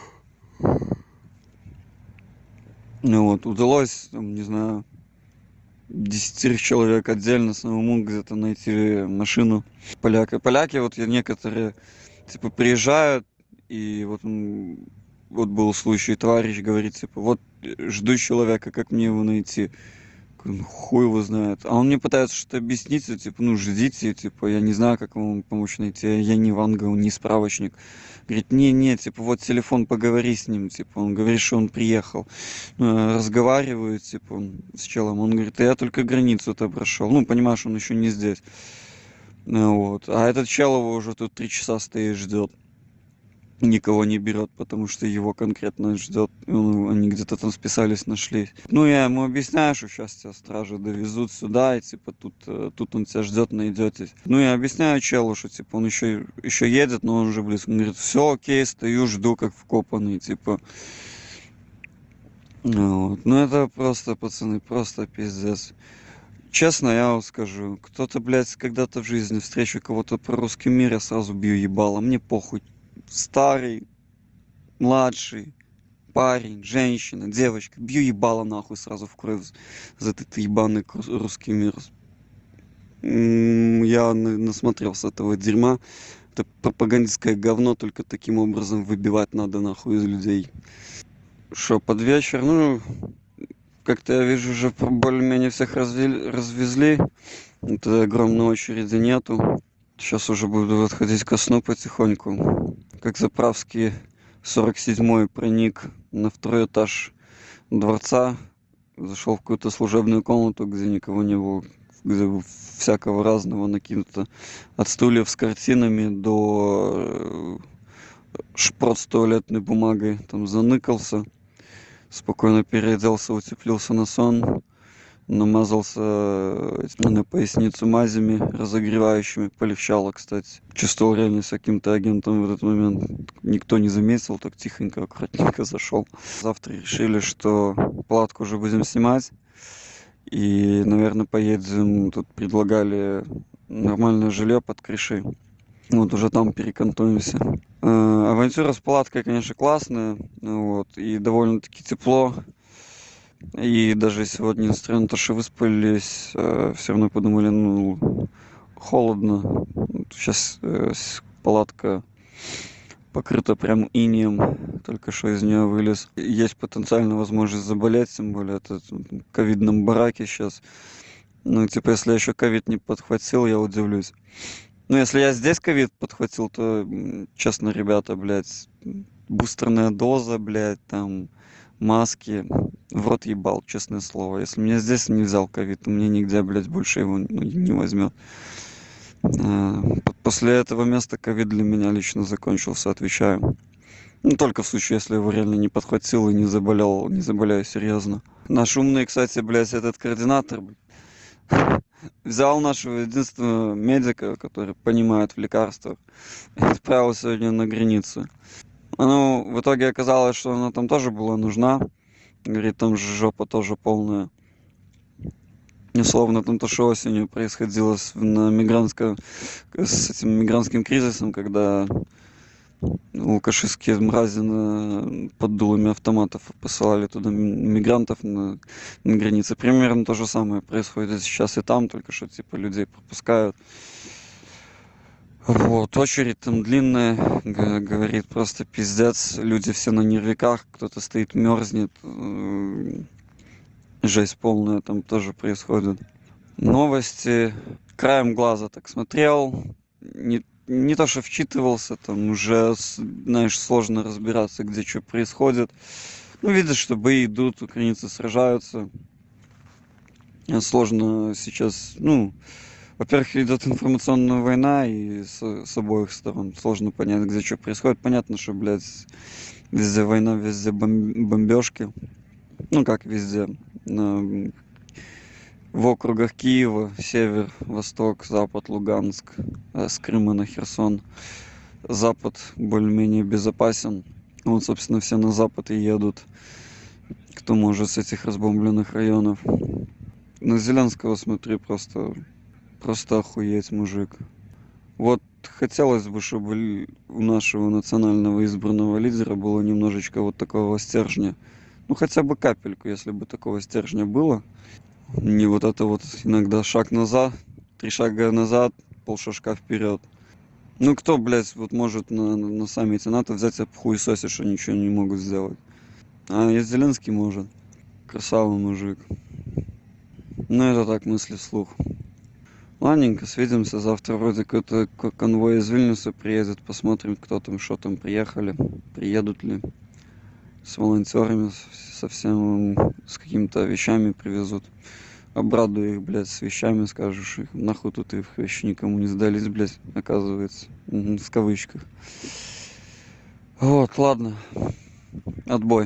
Speaker 4: Ну вот, удалось, там, не знаю, десятерых человек отдельно самому где-то найти машину. Поляки. Поляки, вот я некоторые, типа, приезжают, и вот, вот был случай, товарищ говорит, типа, вот жду человека, как мне его найти? Хуй его знает. А он мне пытается что-то объяснить, типа, ну, ждите, типа, я не знаю, как вам помочь найти, я не вангал, не справочник. Говорит, не-не, типа, вот телефон, поговори с ним, типа, он говорит, что он приехал. Разговаривают, типа, он с челом, он говорит, я только границу-то прошел. Ну, понимаешь, он еще не здесь. Вот. А этот чел его уже тут три часа стоит, ждет. Никого не берет, потому что его конкретно ждет. Они где-то там списались, нашли. Ну, я ему объясняю, что сейчас тебя стражи довезут сюда, и типа тут, тут он тебя ждет, найдетесь. Ну, я объясняю челу, что типа он еще, еще едет, но он уже близко. Он говорит, все окей, стою, жду, как вкопанный, типа. Вот. Ну, это просто, пацаны, просто пиздец. Честно, я вам скажу, кто-то, блядь, когда-то в жизни встречу кого-то про русский мир, я сразу бью ебало. Мне похуй. Старый, младший, парень, женщина, девочка. Бью ебало нахуй сразу в кровь за этот ебаный русский мир. Я насмотрелся этого дерьма. Это пропагандистское говно, только таким образом выбивать надо нахуй из людей. Шо, под вечер, ну, как-то я вижу, уже более-менее всех развели, развезли. Это огромной очереди нету. Сейчас уже буду отходить ко сну потихоньку. Как заправский сорок седьмой проник на второй этаж дворца. Зашел в какую-то служебную комнату, где никого не было, где всякого разного накинуто. От стульев с картинами до шпрот с туалетной бумагой. Там заныкался. Спокойно переоделся, утеплился на сон. Намазался на поясницу мазями разогревающими. Полегчало, кстати. Чувствовал реально с каким-то агентом в этот момент. Никто не заметил, так тихонько, аккуратненько зашел. Завтра решили, что палатку уже будем снимать. И, наверное, поедем. Тут предлагали нормальное жилье под крышей. Вот уже там перекантуемся. Э, авантюра с палаткой, конечно, классная. Вот, и довольно-таки тепло. И даже сегодня, несмотря на то, что выспались, э, все равно подумали, ну, холодно. Сейчас э, палатка покрыта прям инеем. Только что из нее вылез. Есть потенциальная возможность заболеть, тем более это в ковидном бараке сейчас. Ну, типа, если я еще ковид не подхватил, я удивлюсь. Ну, если я здесь ковид подхватил, то, честно, ребята, блядь, бустерная доза, блядь, там, маски, в рот ебал, честное слово. Если меня здесь не взял ковид, то мне нигде, блядь, больше его ну, не возьмет. После этого места ковид для меня лично закончился, отвечаю. Ну, только в случае, если я его реально не подхватил и не заболел, не заболею серьезно. Наш умный, кстати, блядь, этот координатор, взял нашего единственного медика, который понимает в лекарствах, и отправил сегодня на границу. Ну, в итоге оказалось, что она там тоже была нужна. Говорит, там же жопа тоже полная. Условно, там то, что осенью происходило с, на мигрантском, с этим мигрантским кризисом, когда лукашистские мрази на, под дулами автоматов посылали туда мигрантов на, на границе. Примерно то же самое происходит сейчас и там, только что типа людей пропускают. Вот, очередь там длинная, г- говорит, просто пиздец. Люди все на нервиках, кто-то стоит, мерзнет. Жесть полная там тоже происходит. Новости. Краем глаза так смотрел. Не Не то, что вчитывался, там уже, знаешь, сложно разбираться, где что происходит. Ну, видишь, что бои идут, украинцы сражаются. Сложно сейчас, ну, во-первых, идет информационная война, и с, с обоих сторон сложно понять, где что происходит. Понятно, что, блядь, везде война, везде бом- бомбежки. Ну, как везде. На, в округах Киева, север, восток, запад, Луганск, с Крыма на Херсон. Запад более-менее безопасен. Вот, собственно, все на запад и едут, кто может с этих разбомбленных районов. На Зеленского смотри, просто, просто охуеть, мужик. Вот хотелось бы, чтобы у нашего национального избранного лидера было немножечко вот такого стержня. Ну, хотя бы капельку, если бы такого стержня было. Не вот это вот иногда шаг назад, три шага назад, полшажка вперед. Ну, кто, блядь, вот может на, на саммите НАТО взять и хуесосить, что ничего не могут сделать. А и Зеленский может. Красавый мужик. Ну, это так, мысли вслух. Ладненько, свидимся. Завтра вроде какой-то конвой из Вильнюса приедет. Посмотрим, кто там, что там приехали. Приедут ли. С волонтерами, со всем, с какими-то вещами привезут. Обрадую их, блядь, с вещами, скажешь их. Нахуй тут их вещи никому не сдались, блядь, оказывается. Угу, в кавычках. Вот, ладно. Отбой.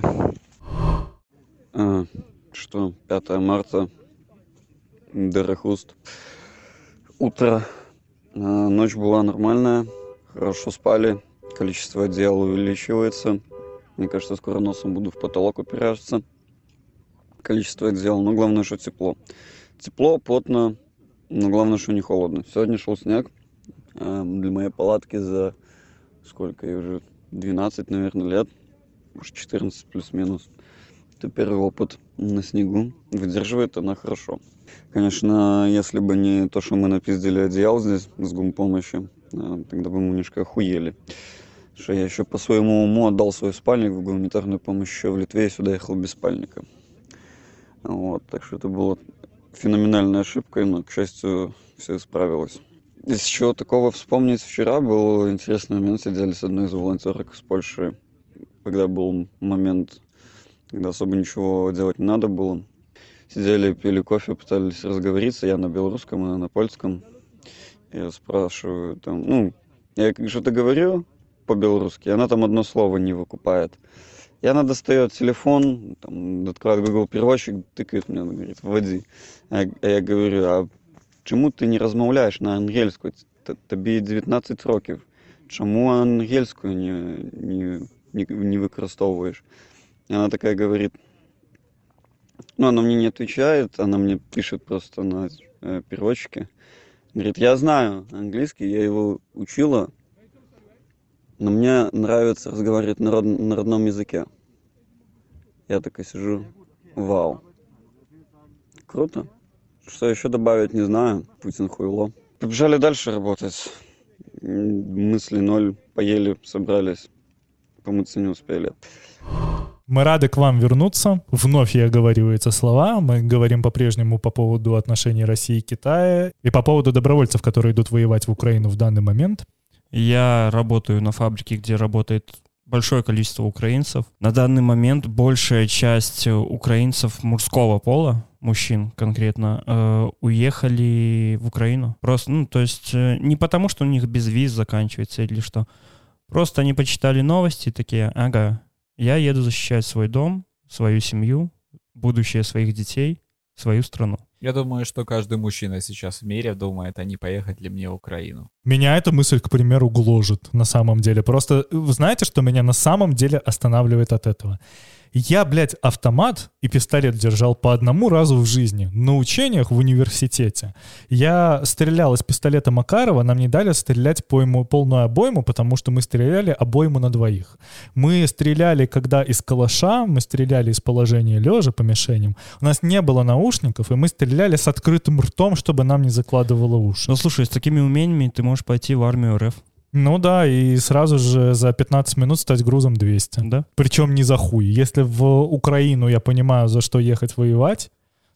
Speaker 4: А, что, пятое марта. Дырохуст. Утро. А, ночь была нормальная. Хорошо спали. Количество одеял увеличивается. Мне кажется, скоро носом буду в потолок упираться. Количество одеял, но главное, что тепло. тепло, плотно, но главное, что не холодно. Сегодня шел снег. Для моей палатки за сколько, ей уже двенадцать, наверное, лет. Может, четырнадцать плюс-минус. Это первый опыт на снегу. Выдерживает она хорошо. Конечно, если бы не то, что мы напиздили одеял здесь с гумпомощью, тогда бы мы немножко охуели. Что я еще по своему уму отдал свой спальник в гуманитарную помощь еще в Литве и сюда ехал без спальника. Вот, так что это была феноменальная ошибка, но, к счастью, все исправилось. Из чего такого вспомнить, вчера был интересный момент, сидели с одной из волонтерок из Польши, когда был момент, когда особо ничего делать не надо было. Сидели, пили кофе, пытались разговориться, я на белорусском, она на польском. Я спрашиваю, там, ну, я что-то говорю по-белорусски, она там одно слово не выкупает. И она достает телефон, там, открывает Google переводчик, тыкает мне, она говорит, вводи. А я, а я говорю, а чому ти не розмовляєш на ангельську? Тобі дев'ятнадцять років. Чому ангельську не, не, не, не використовуєш? И она такая говорит, ну, она мне не отвечает, она мне пишет просто на э, переводчике. Говорит, я знаю английский, я его учила, но мне нравится разговаривать на, род, на родном языке. Я такой сижу, вау, круто. Что еще добавить, не знаю, Путин хуйло. Побежали дальше работать. Мысли ноль, поели, собрались, помыться не успели.
Speaker 1: Мы рады к вам вернуться. Вновь я говорю эти слова. Мы говорим по-прежнему по поводу отношений России и Китая и по поводу добровольцев, которые идут воевать в Украину в данный момент.
Speaker 3: Я работаю на фабрике, где работает большое количество украинцев. На данный момент большая часть украинцев мужского пола, мужчин конкретно, э, уехали в Украину. Просто, ну, то есть э, не потому, что у них безвиз заканчивается или что. Просто они почитали новости и такие, ага, я еду защищать свой дом, свою семью, будущее своих детей, свою страну.
Speaker 2: Я думаю, что каждый мужчина сейчас в мире думает, а не поехать ли мне в Украину.
Speaker 1: Меня эта мысль, к примеру, гложет на самом деле. Просто вы знаете, что меня на самом деле останавливает от этого? Я, блядь, автомат и пистолет держал по одному разу в жизни на учениях в университете. Я стрелял из пистолета Макарова, нам не дали стрелять по ему полную обойму, потому что мы стреляли обойму на двоих. Мы стреляли, когда из калаша, мы стреляли из положения лежа по мишеням. У нас не было наушников, и мы стреляли с открытым ртом, чтобы нам не закладывало уши.
Speaker 3: Ну, слушай, с такими умениями ты можешь пойти в армию РФ.
Speaker 1: Ну да, и сразу же за пятнадцать минут стать грузом двести.
Speaker 3: Да.
Speaker 1: Причем не за хуй. Если в Украину я понимаю, за что ехать воевать,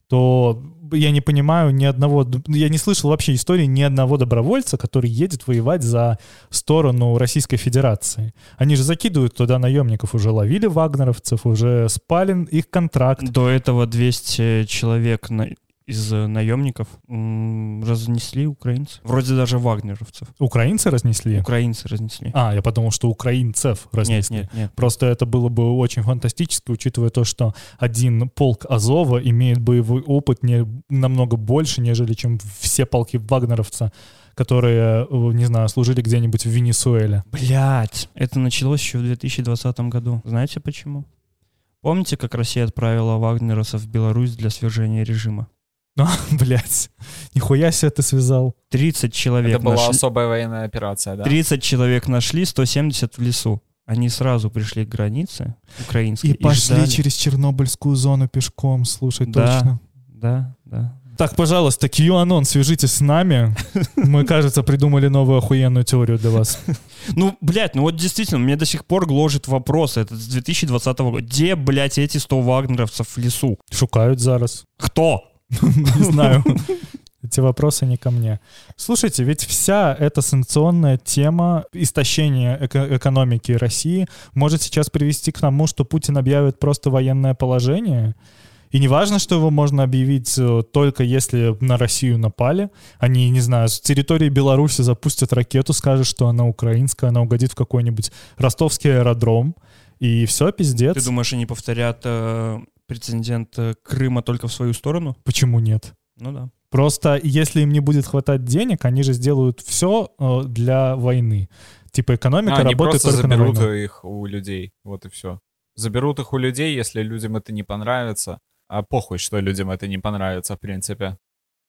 Speaker 1: то я не понимаю ни одного... Я не слышал вообще истории ни одного добровольца, который едет воевать за сторону Российской Федерации. Они же закидывают туда наемников, уже ловили вагнеровцев, уже спален их контракт.
Speaker 3: До этого двести человек на... из наемников м- разнесли украинцы. Вроде даже вагнеровцев.
Speaker 1: Украинцы разнесли?
Speaker 3: Украинцы разнесли.
Speaker 1: А, я подумал, что украинцев разнесли.
Speaker 3: Нет, нет, нет.
Speaker 1: Просто это было бы очень фантастически, учитывая то, что один полк Азова имеет боевой опыт не намного больше, нежели чем все полки вагнеровца, которые, не знаю, служили где-нибудь в Венесуэле.
Speaker 3: Блять, это началось еще в две тысячи двадцатом году. Знаете почему? Помните, как Россия отправила вагнеровцев в Беларусь для свержения режима?
Speaker 1: А, блядь, нихуя себе ты связал.
Speaker 3: тридцать человек
Speaker 2: Это была
Speaker 3: нашли...
Speaker 2: особая военная операция, да?
Speaker 3: тридцать человек нашли, сто семьдесят в лесу. Они сразу пришли к границе украинской.
Speaker 1: И,
Speaker 3: И
Speaker 1: пошли
Speaker 3: ждали.
Speaker 1: через Чернобыльскую зону пешком, слушай,
Speaker 3: Да,
Speaker 1: точно.
Speaker 3: да, да.
Speaker 1: Так, пожалуйста, QAnon, свяжитесь с нами. Мы, кажется, придумали новую охуенную теорию для вас.
Speaker 3: Ну, блядь, ну вот действительно, мне до сих пор гложет вопрос, это с две тысячи двадцатого года. Где, блядь, эти сто вагнеровцев в лесу?
Speaker 1: Шукают зараз.
Speaker 3: Кто?
Speaker 1: Не знаю. Эти вопросы не ко мне. Слушайте, ведь вся эта санкционная тема истощения эко- экономики России может сейчас привести к тому, что Путин объявит просто военное положение. И не важно, что его можно объявить только если на Россию напали. Они, не знаю, с территории Беларуси запустят ракету, скажут, что она украинская, она угодит в какой-нибудь ростовский аэродром. И все, пиздец.
Speaker 3: Ты думаешь, они повторят э, прецедент э, Крыма только в свою сторону?
Speaker 1: Почему нет?
Speaker 3: Ну да.
Speaker 1: Просто если им не будет хватать денег, они же сделают все э, для войны. Типа экономика
Speaker 2: а,
Speaker 1: работает только на войну.
Speaker 2: Они просто заберут их у людей, вот и все. Заберут их у людей, если людям это не понравится. А похуй, что людям это не понравится, в принципе.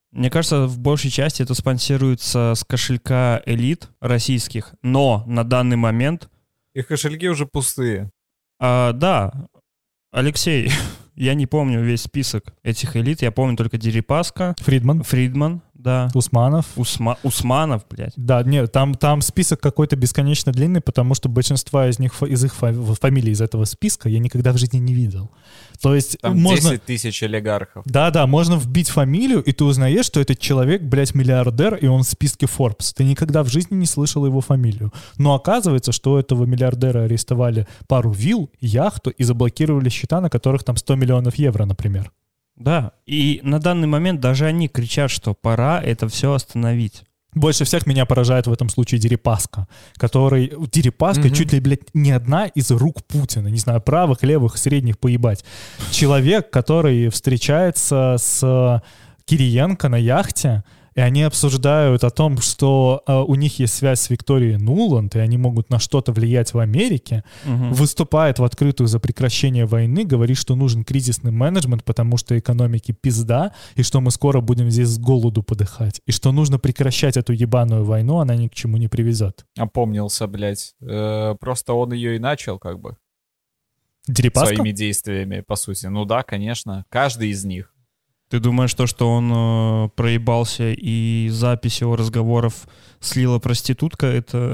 Speaker 3: Мне кажется, в большей части это спонсируется с кошелька элит российских, но на данный момент...
Speaker 2: Их кошельки уже пустые.
Speaker 3: А, да, Алексей, я не помню весь список этих элит, я помню только Дерипаска,
Speaker 1: Фридман,
Speaker 3: Фридман, да.
Speaker 1: Усманов.
Speaker 3: Усма... Усманов, блядь.
Speaker 1: Да, нет, там, там список какой-то бесконечно длинный, потому что большинство из них, из их фа- фамилий из этого списка я никогда в жизни не видел. То есть
Speaker 2: там
Speaker 1: можно...
Speaker 2: десять тысяч олигархов.
Speaker 1: Да-да, можно вбить фамилию, и ты узнаешь, что этот человек, блядь, миллиардер, и он в списке Forbes. Ты никогда в жизни не слышал его фамилию. Но оказывается, что у этого миллиардера арестовали пару вилл, яхту и заблокировали счета, на которых там сто миллионов евро, например.
Speaker 3: Да, и на данный момент даже они кричат, что пора это все остановить.
Speaker 1: Больше всех меня поражает в этом случае Дерипаска, который... Дерипаска mm-hmm. чуть ли, блядь, не одна из рук Путина. Не знаю, правых, левых, средних, поебать. Человек, который встречается с Кириенко на яхте, и они обсуждают о том, что э, у них есть связь с Викторией Нуланд, и они могут на что-то влиять в Америке, угу. выступает в открытую за прекращение войны, говорит, что нужен кризисный менеджмент, потому что экономики пизда, и что мы скоро будем здесь с голоду подыхать, и что нужно прекращать эту ебаную войну, она ни к чему не приведет.
Speaker 2: Опомнился, блядь. Э, просто он ее и начал, как бы.
Speaker 1: Дерипаска?
Speaker 2: Своими действиями, по сути. Ну да, конечно. Каждый из них.
Speaker 3: Ты думаешь, то, что он э, проебался и запись его разговоров слила проститутка, это...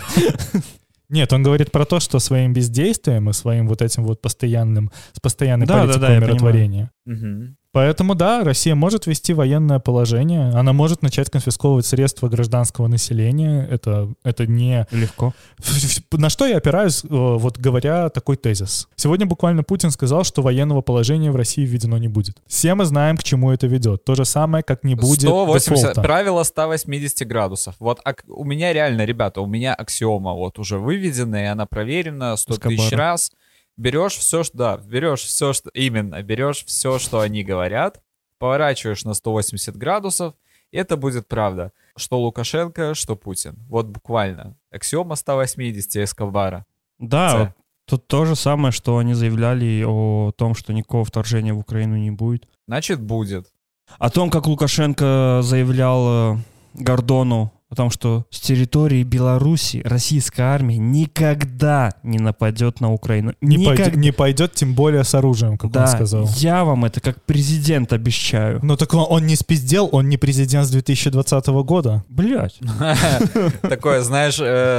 Speaker 1: Нет, он говорит про то, что своим бездействием и своим вот этим вот постоянным, с постоянной
Speaker 3: да,
Speaker 1: политикой
Speaker 3: да, да,
Speaker 1: умиротворения.
Speaker 2: Угу.
Speaker 1: Поэтому, да, Россия может ввести военное положение, она может начать конфисковывать средства гражданского населения, это, это не...
Speaker 3: Легко.
Speaker 1: На что я опираюсь, вот говоря такой тезис. Сегодня буквально Путин сказал, что военного положения в России введено не будет. Все мы знаем, к чему это ведет. То же самое, как не будет
Speaker 2: сто восемьдесят,
Speaker 1: дефолта.
Speaker 2: Правило ста восьмидесяти градусов. Вот ак, у меня реально, ребята, у меня аксиома вот уже выведена, и она проверена сто тысяч раз. Берешь все, что, да, берешь все, что, именно, берешь все, что они говорят, поворачиваешь на сто восемьдесят градусов, и это будет правда. Что Лукашенко, что Путин. Вот буквально. Аксиома ста восьмидесяти Эскобара.
Speaker 3: Да,
Speaker 2: Ц.
Speaker 3: вот тут то же самое, что они заявляли о том, что никакого вторжения в Украину не будет.
Speaker 2: Значит, будет.
Speaker 3: О том, как Лукашенко заявлял Гордону о том, что с территории Беларуси российская армия никогда не нападет на Украину.
Speaker 1: Не,
Speaker 3: Никогда.
Speaker 1: пойдет, не пойдет, тем более с оружием, как
Speaker 3: да,
Speaker 1: он сказал.
Speaker 3: Я вам это как президент обещаю.
Speaker 1: Ну так он, он не спиздел, он не президент с две тысячи двадцатого года.
Speaker 3: Блять.
Speaker 2: Такое, знаешь,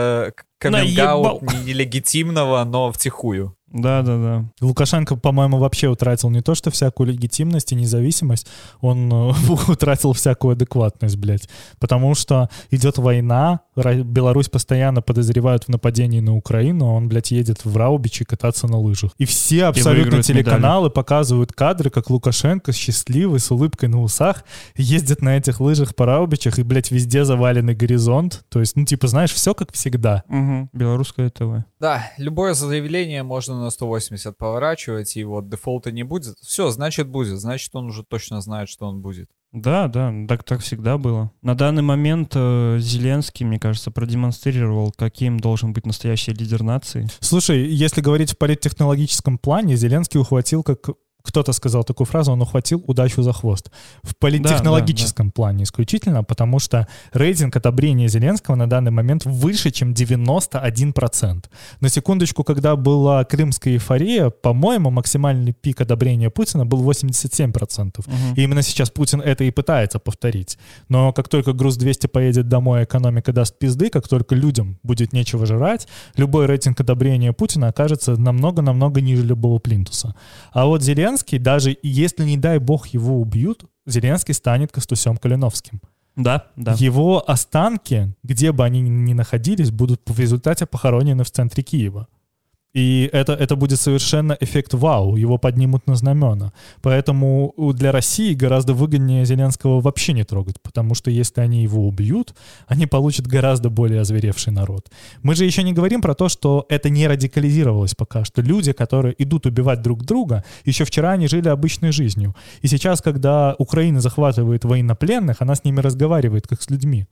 Speaker 2: каминг-аут нелегитимного, но втихую.
Speaker 3: Да-да-да.
Speaker 1: Лукашенко, по-моему, вообще утратил не то, что всякую легитимность и независимость, он э, утратил всякую адекватность, блядь. Потому что идет война, Беларусь постоянно подозревают в нападении на Украину, а он, блядь, едет в Раубичи кататься на лыжах. И все абсолютно телеканалы медали. Показывают кадры, как Лукашенко счастливый, с улыбкой на усах, ездит на этих лыжах по Раубичах, и, блядь, везде заваленный горизонт. То есть, ну, типа, знаешь, все как всегда.
Speaker 3: Угу. Белорусское ТВ.
Speaker 2: Да, любое заявление можно на сто восемьдесят поворачивать, и вот дефолта не будет. Все, значит будет, значит он уже точно знает, что он будет.
Speaker 3: Да, да, так, так всегда было. На данный момент э, Зеленский, мне кажется, продемонстрировал, каким должен быть настоящий лидер нации.
Speaker 1: Слушай, если говорить в политтехнологическом плане, Зеленский ухватил, как кто-то сказал такую фразу, он ухватил удачу за хвост. В политтехнологическом да, да, да. плане исключительно, потому что рейтинг одобрения Зеленского на данный момент выше, чем девяносто один процент. На секундочку, когда была крымская эйфория, по-моему, максимальный пик одобрения Путина был восемьдесят семь процентов. Угу. И именно сейчас Путин это и пытается повторить. Но как только груз двести поедет домой, экономика даст пизды, как только людям будет нечего жрать, любой рейтинг одобрения Путина окажется намного-намного ниже любого плинтуса. А вот Зеленский, даже если, не дай бог, его убьют, Зеленский станет Костусем Калиновским.
Speaker 3: Да, да.
Speaker 1: Его останки, где бы они ни находились, будут в результате похоронены в центре Киева. И это, это будет совершенно эффект вау, его поднимут на знамена. Поэтому для России гораздо выгоднее Зеленского вообще не трогать, потому что если они его убьют, они получат гораздо более озверевший народ. Мы же еще не говорим про то, что это не радикализировалось пока, что люди, которые идут убивать друг друга, еще вчера они жили обычной жизнью. И сейчас, когда Украина захватывает военнопленных, она с ними разговаривает как с людьми.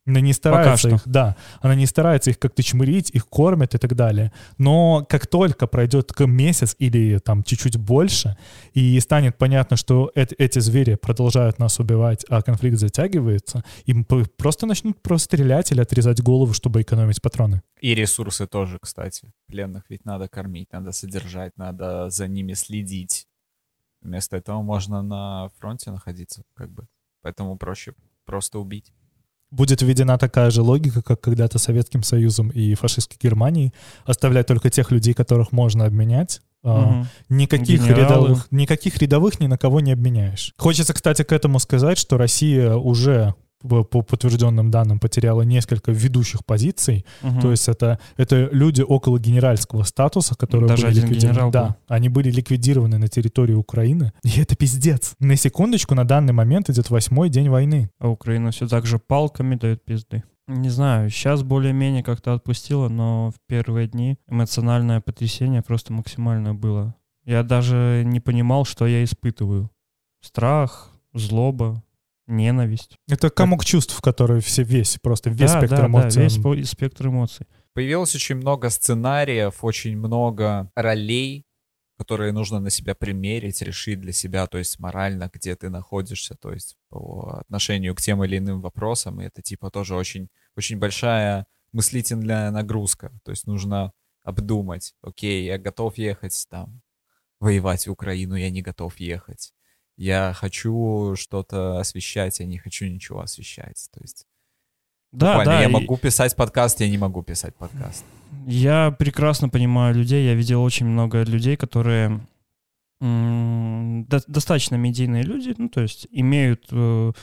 Speaker 1: Она не старается их, да, она не старается их как-то чмырить, их кормят и так далее. Но как только пройдет месяц или там чуть-чуть больше, и станет понятно, что эти, эти звери продолжают нас убивать, а конфликт затягивается, им просто начнут просто стрелять или отрезать голову, чтобы экономить патроны.
Speaker 2: И ресурсы тоже, кстати. Пленных ведь надо кормить, надо содержать, надо за ними следить. Вместо этого можно на фронте находиться, как бы. Поэтому проще просто убить.
Speaker 1: Будет введена такая же логика, как когда-то Советским Союзом и фашистской Германией, оставлять только тех людей, которых можно обменять. Угу. Никаких рядовых, никаких рядовых ни на кого не обменяешь. Хочется, кстати, к этому сказать, что Россия уже по подтвержденным данным потеряла несколько ведущих позиций. Угу. То есть это, это люди около генеральского статуса, которые
Speaker 3: Даже
Speaker 1: были
Speaker 3: один
Speaker 1: ликвидированы.
Speaker 3: генерал
Speaker 1: Да,
Speaker 3: был.
Speaker 1: они были ликвидированы на территории Украины. И это пиздец. На секундочку, на данный момент идет восьмой день войны.
Speaker 3: А Украина все так же палками дает пизды. Не знаю, сейчас более-менее как-то отпустила, но в первые дни эмоциональное потрясение просто максимальное было. Я даже не понимал, что я испытываю. Страх, злоба, ненависть.
Speaker 1: Это комок чувств, который все, весь, просто весь
Speaker 3: да,
Speaker 1: спектр
Speaker 3: да,
Speaker 1: эмоций.
Speaker 3: Да, весь спектр эмоций.
Speaker 2: Появилось очень много сценариев, очень много ролей, которые нужно на себя примерить, решить для себя, то есть морально, где ты находишься, то есть по отношению к тем или иным вопросам. И это типа тоже очень, очень большая мыслительная нагрузка. То есть нужно обдумать, окей, я готов ехать там, воевать в Украину, я не готов ехать. Я хочу что-то освещать, я не хочу ничего освещать. То есть,
Speaker 3: да, да,
Speaker 2: я
Speaker 3: и...
Speaker 2: могу писать подкаст, я не могу писать подкаст.
Speaker 3: Я прекрасно понимаю людей. Я видел очень много людей, которые м- до- достаточно медийные люди, ну, то есть имеют э,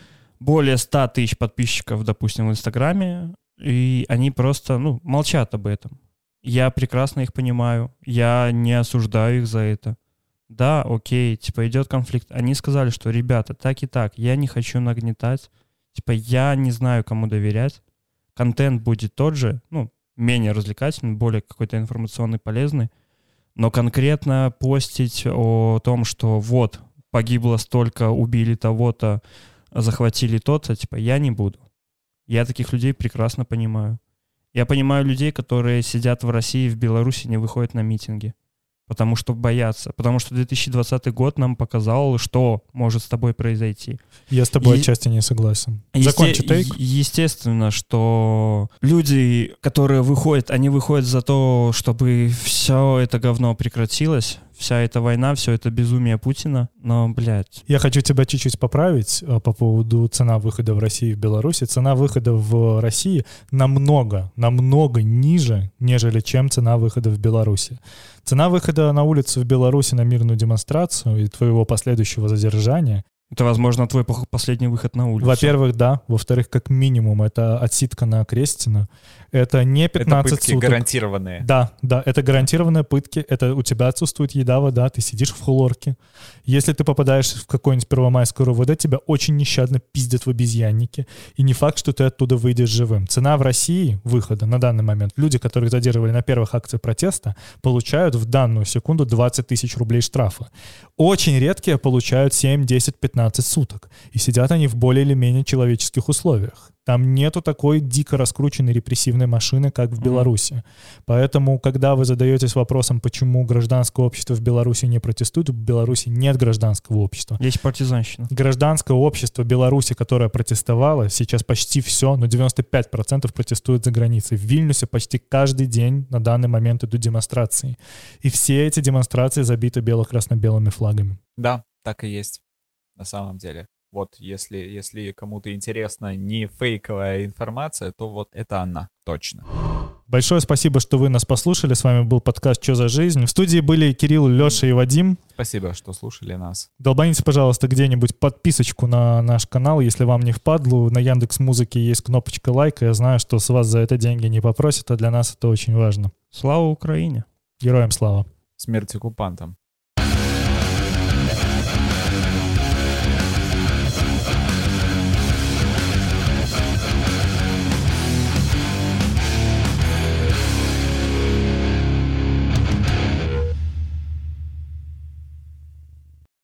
Speaker 3: более ста тысяч подписчиков, допустим, в Инстаграме, и они просто, ну, молчат об этом. Я прекрасно их понимаю. Я не осуждаю их за это. Да, окей, типа идет конфликт. Они сказали, что, ребята, так и так, я не хочу нагнетать. Типа я не знаю, кому доверять. Контент будет тот же, ну, менее развлекательный, более какой-то информационный, полезный. Но конкретно постить о том, что вот, погибло столько, убили того-то, захватили то-то, типа я не буду. Я таких людей прекрасно понимаю. Я понимаю людей, которые сидят в России, в Беларуси, не выходят на митинги. Потому что боятся. Потому что две тысячи двадцатый год нам показал, что может с тобой произойти.
Speaker 1: Я с тобой
Speaker 3: Е-
Speaker 1: отчасти не согласен.
Speaker 3: Есте-
Speaker 1: Закончи тейк.
Speaker 3: е- Естественно, что люди, которые выходят, они выходят за то, чтобы все это говно прекратилось, вся эта война, все это безумие Путина. Но, блядь...
Speaker 1: Я хочу тебя чуть-чуть поправить а, по поводу цена выхода в России и в Беларуси. Цена выхода в России намного, намного ниже, нежели чем цена выхода в Беларуси. Цена выхода на улицу в Беларуси на мирную демонстрацию и твоего последующего задержания.
Speaker 3: Это, возможно, твой пох- последний выход на улицу.
Speaker 1: Во-первых, да. Во-вторых, как минимум, это отсидка на Крестина. Это не пятнадцать
Speaker 2: это пытки
Speaker 1: суток.
Speaker 2: гарантированные.
Speaker 1: Да, да, это гарантированные пытки. Это у тебя отсутствует еда, вода, ты сидишь в хлорке. Если ты попадаешь в какой-нибудь первомайскую РОВД, тебя очень нещадно пиздят в обезьяннике. И не факт, что ты оттуда выйдешь живым. Цена в России выхода на данный момент, люди, которых задерживали на первых акциях протеста, получают в данную секунду двадцать тысяч рублей штрафа. Очень редкие получают семь, десять, пятнадцать суток. И сидят они в более или менее человеческих условиях. Там нету такой дико раскрученной репрессивной машины, как в Беларуси. Поэтому, когда вы задаетесь вопросом, почему гражданское общество в Беларуси не протестует, в Беларуси нет гражданского общества.
Speaker 3: Есть партизанщина.
Speaker 1: Гражданское общество Беларуси, которое протестовало, сейчас почти все, но девяносто пять процентов протестует за границей. В Вильнюсе почти каждый день на данный момент идут демонстрации. И все эти демонстрации забиты бело-красно-белыми флагами.
Speaker 2: Да, так и есть на самом деле. Вот, если, если кому-то интересна не фейковая информация, то вот это она, точно.
Speaker 1: Большое спасибо, что вы нас послушали. С вами был подкаст «Чё за жизнь?». В студии были Кирилл, Леша и Вадим.
Speaker 2: Спасибо, что слушали нас.
Speaker 1: Долбаните, пожалуйста, где-нибудь подписочку на наш канал, если вам не впадлу. На Яндекс.Музыке есть кнопочка лайка. Я знаю, что с вас за это деньги не попросят, а для нас это очень важно.
Speaker 3: Слава Украине!
Speaker 1: Героям слава!
Speaker 2: Смерть оккупантам.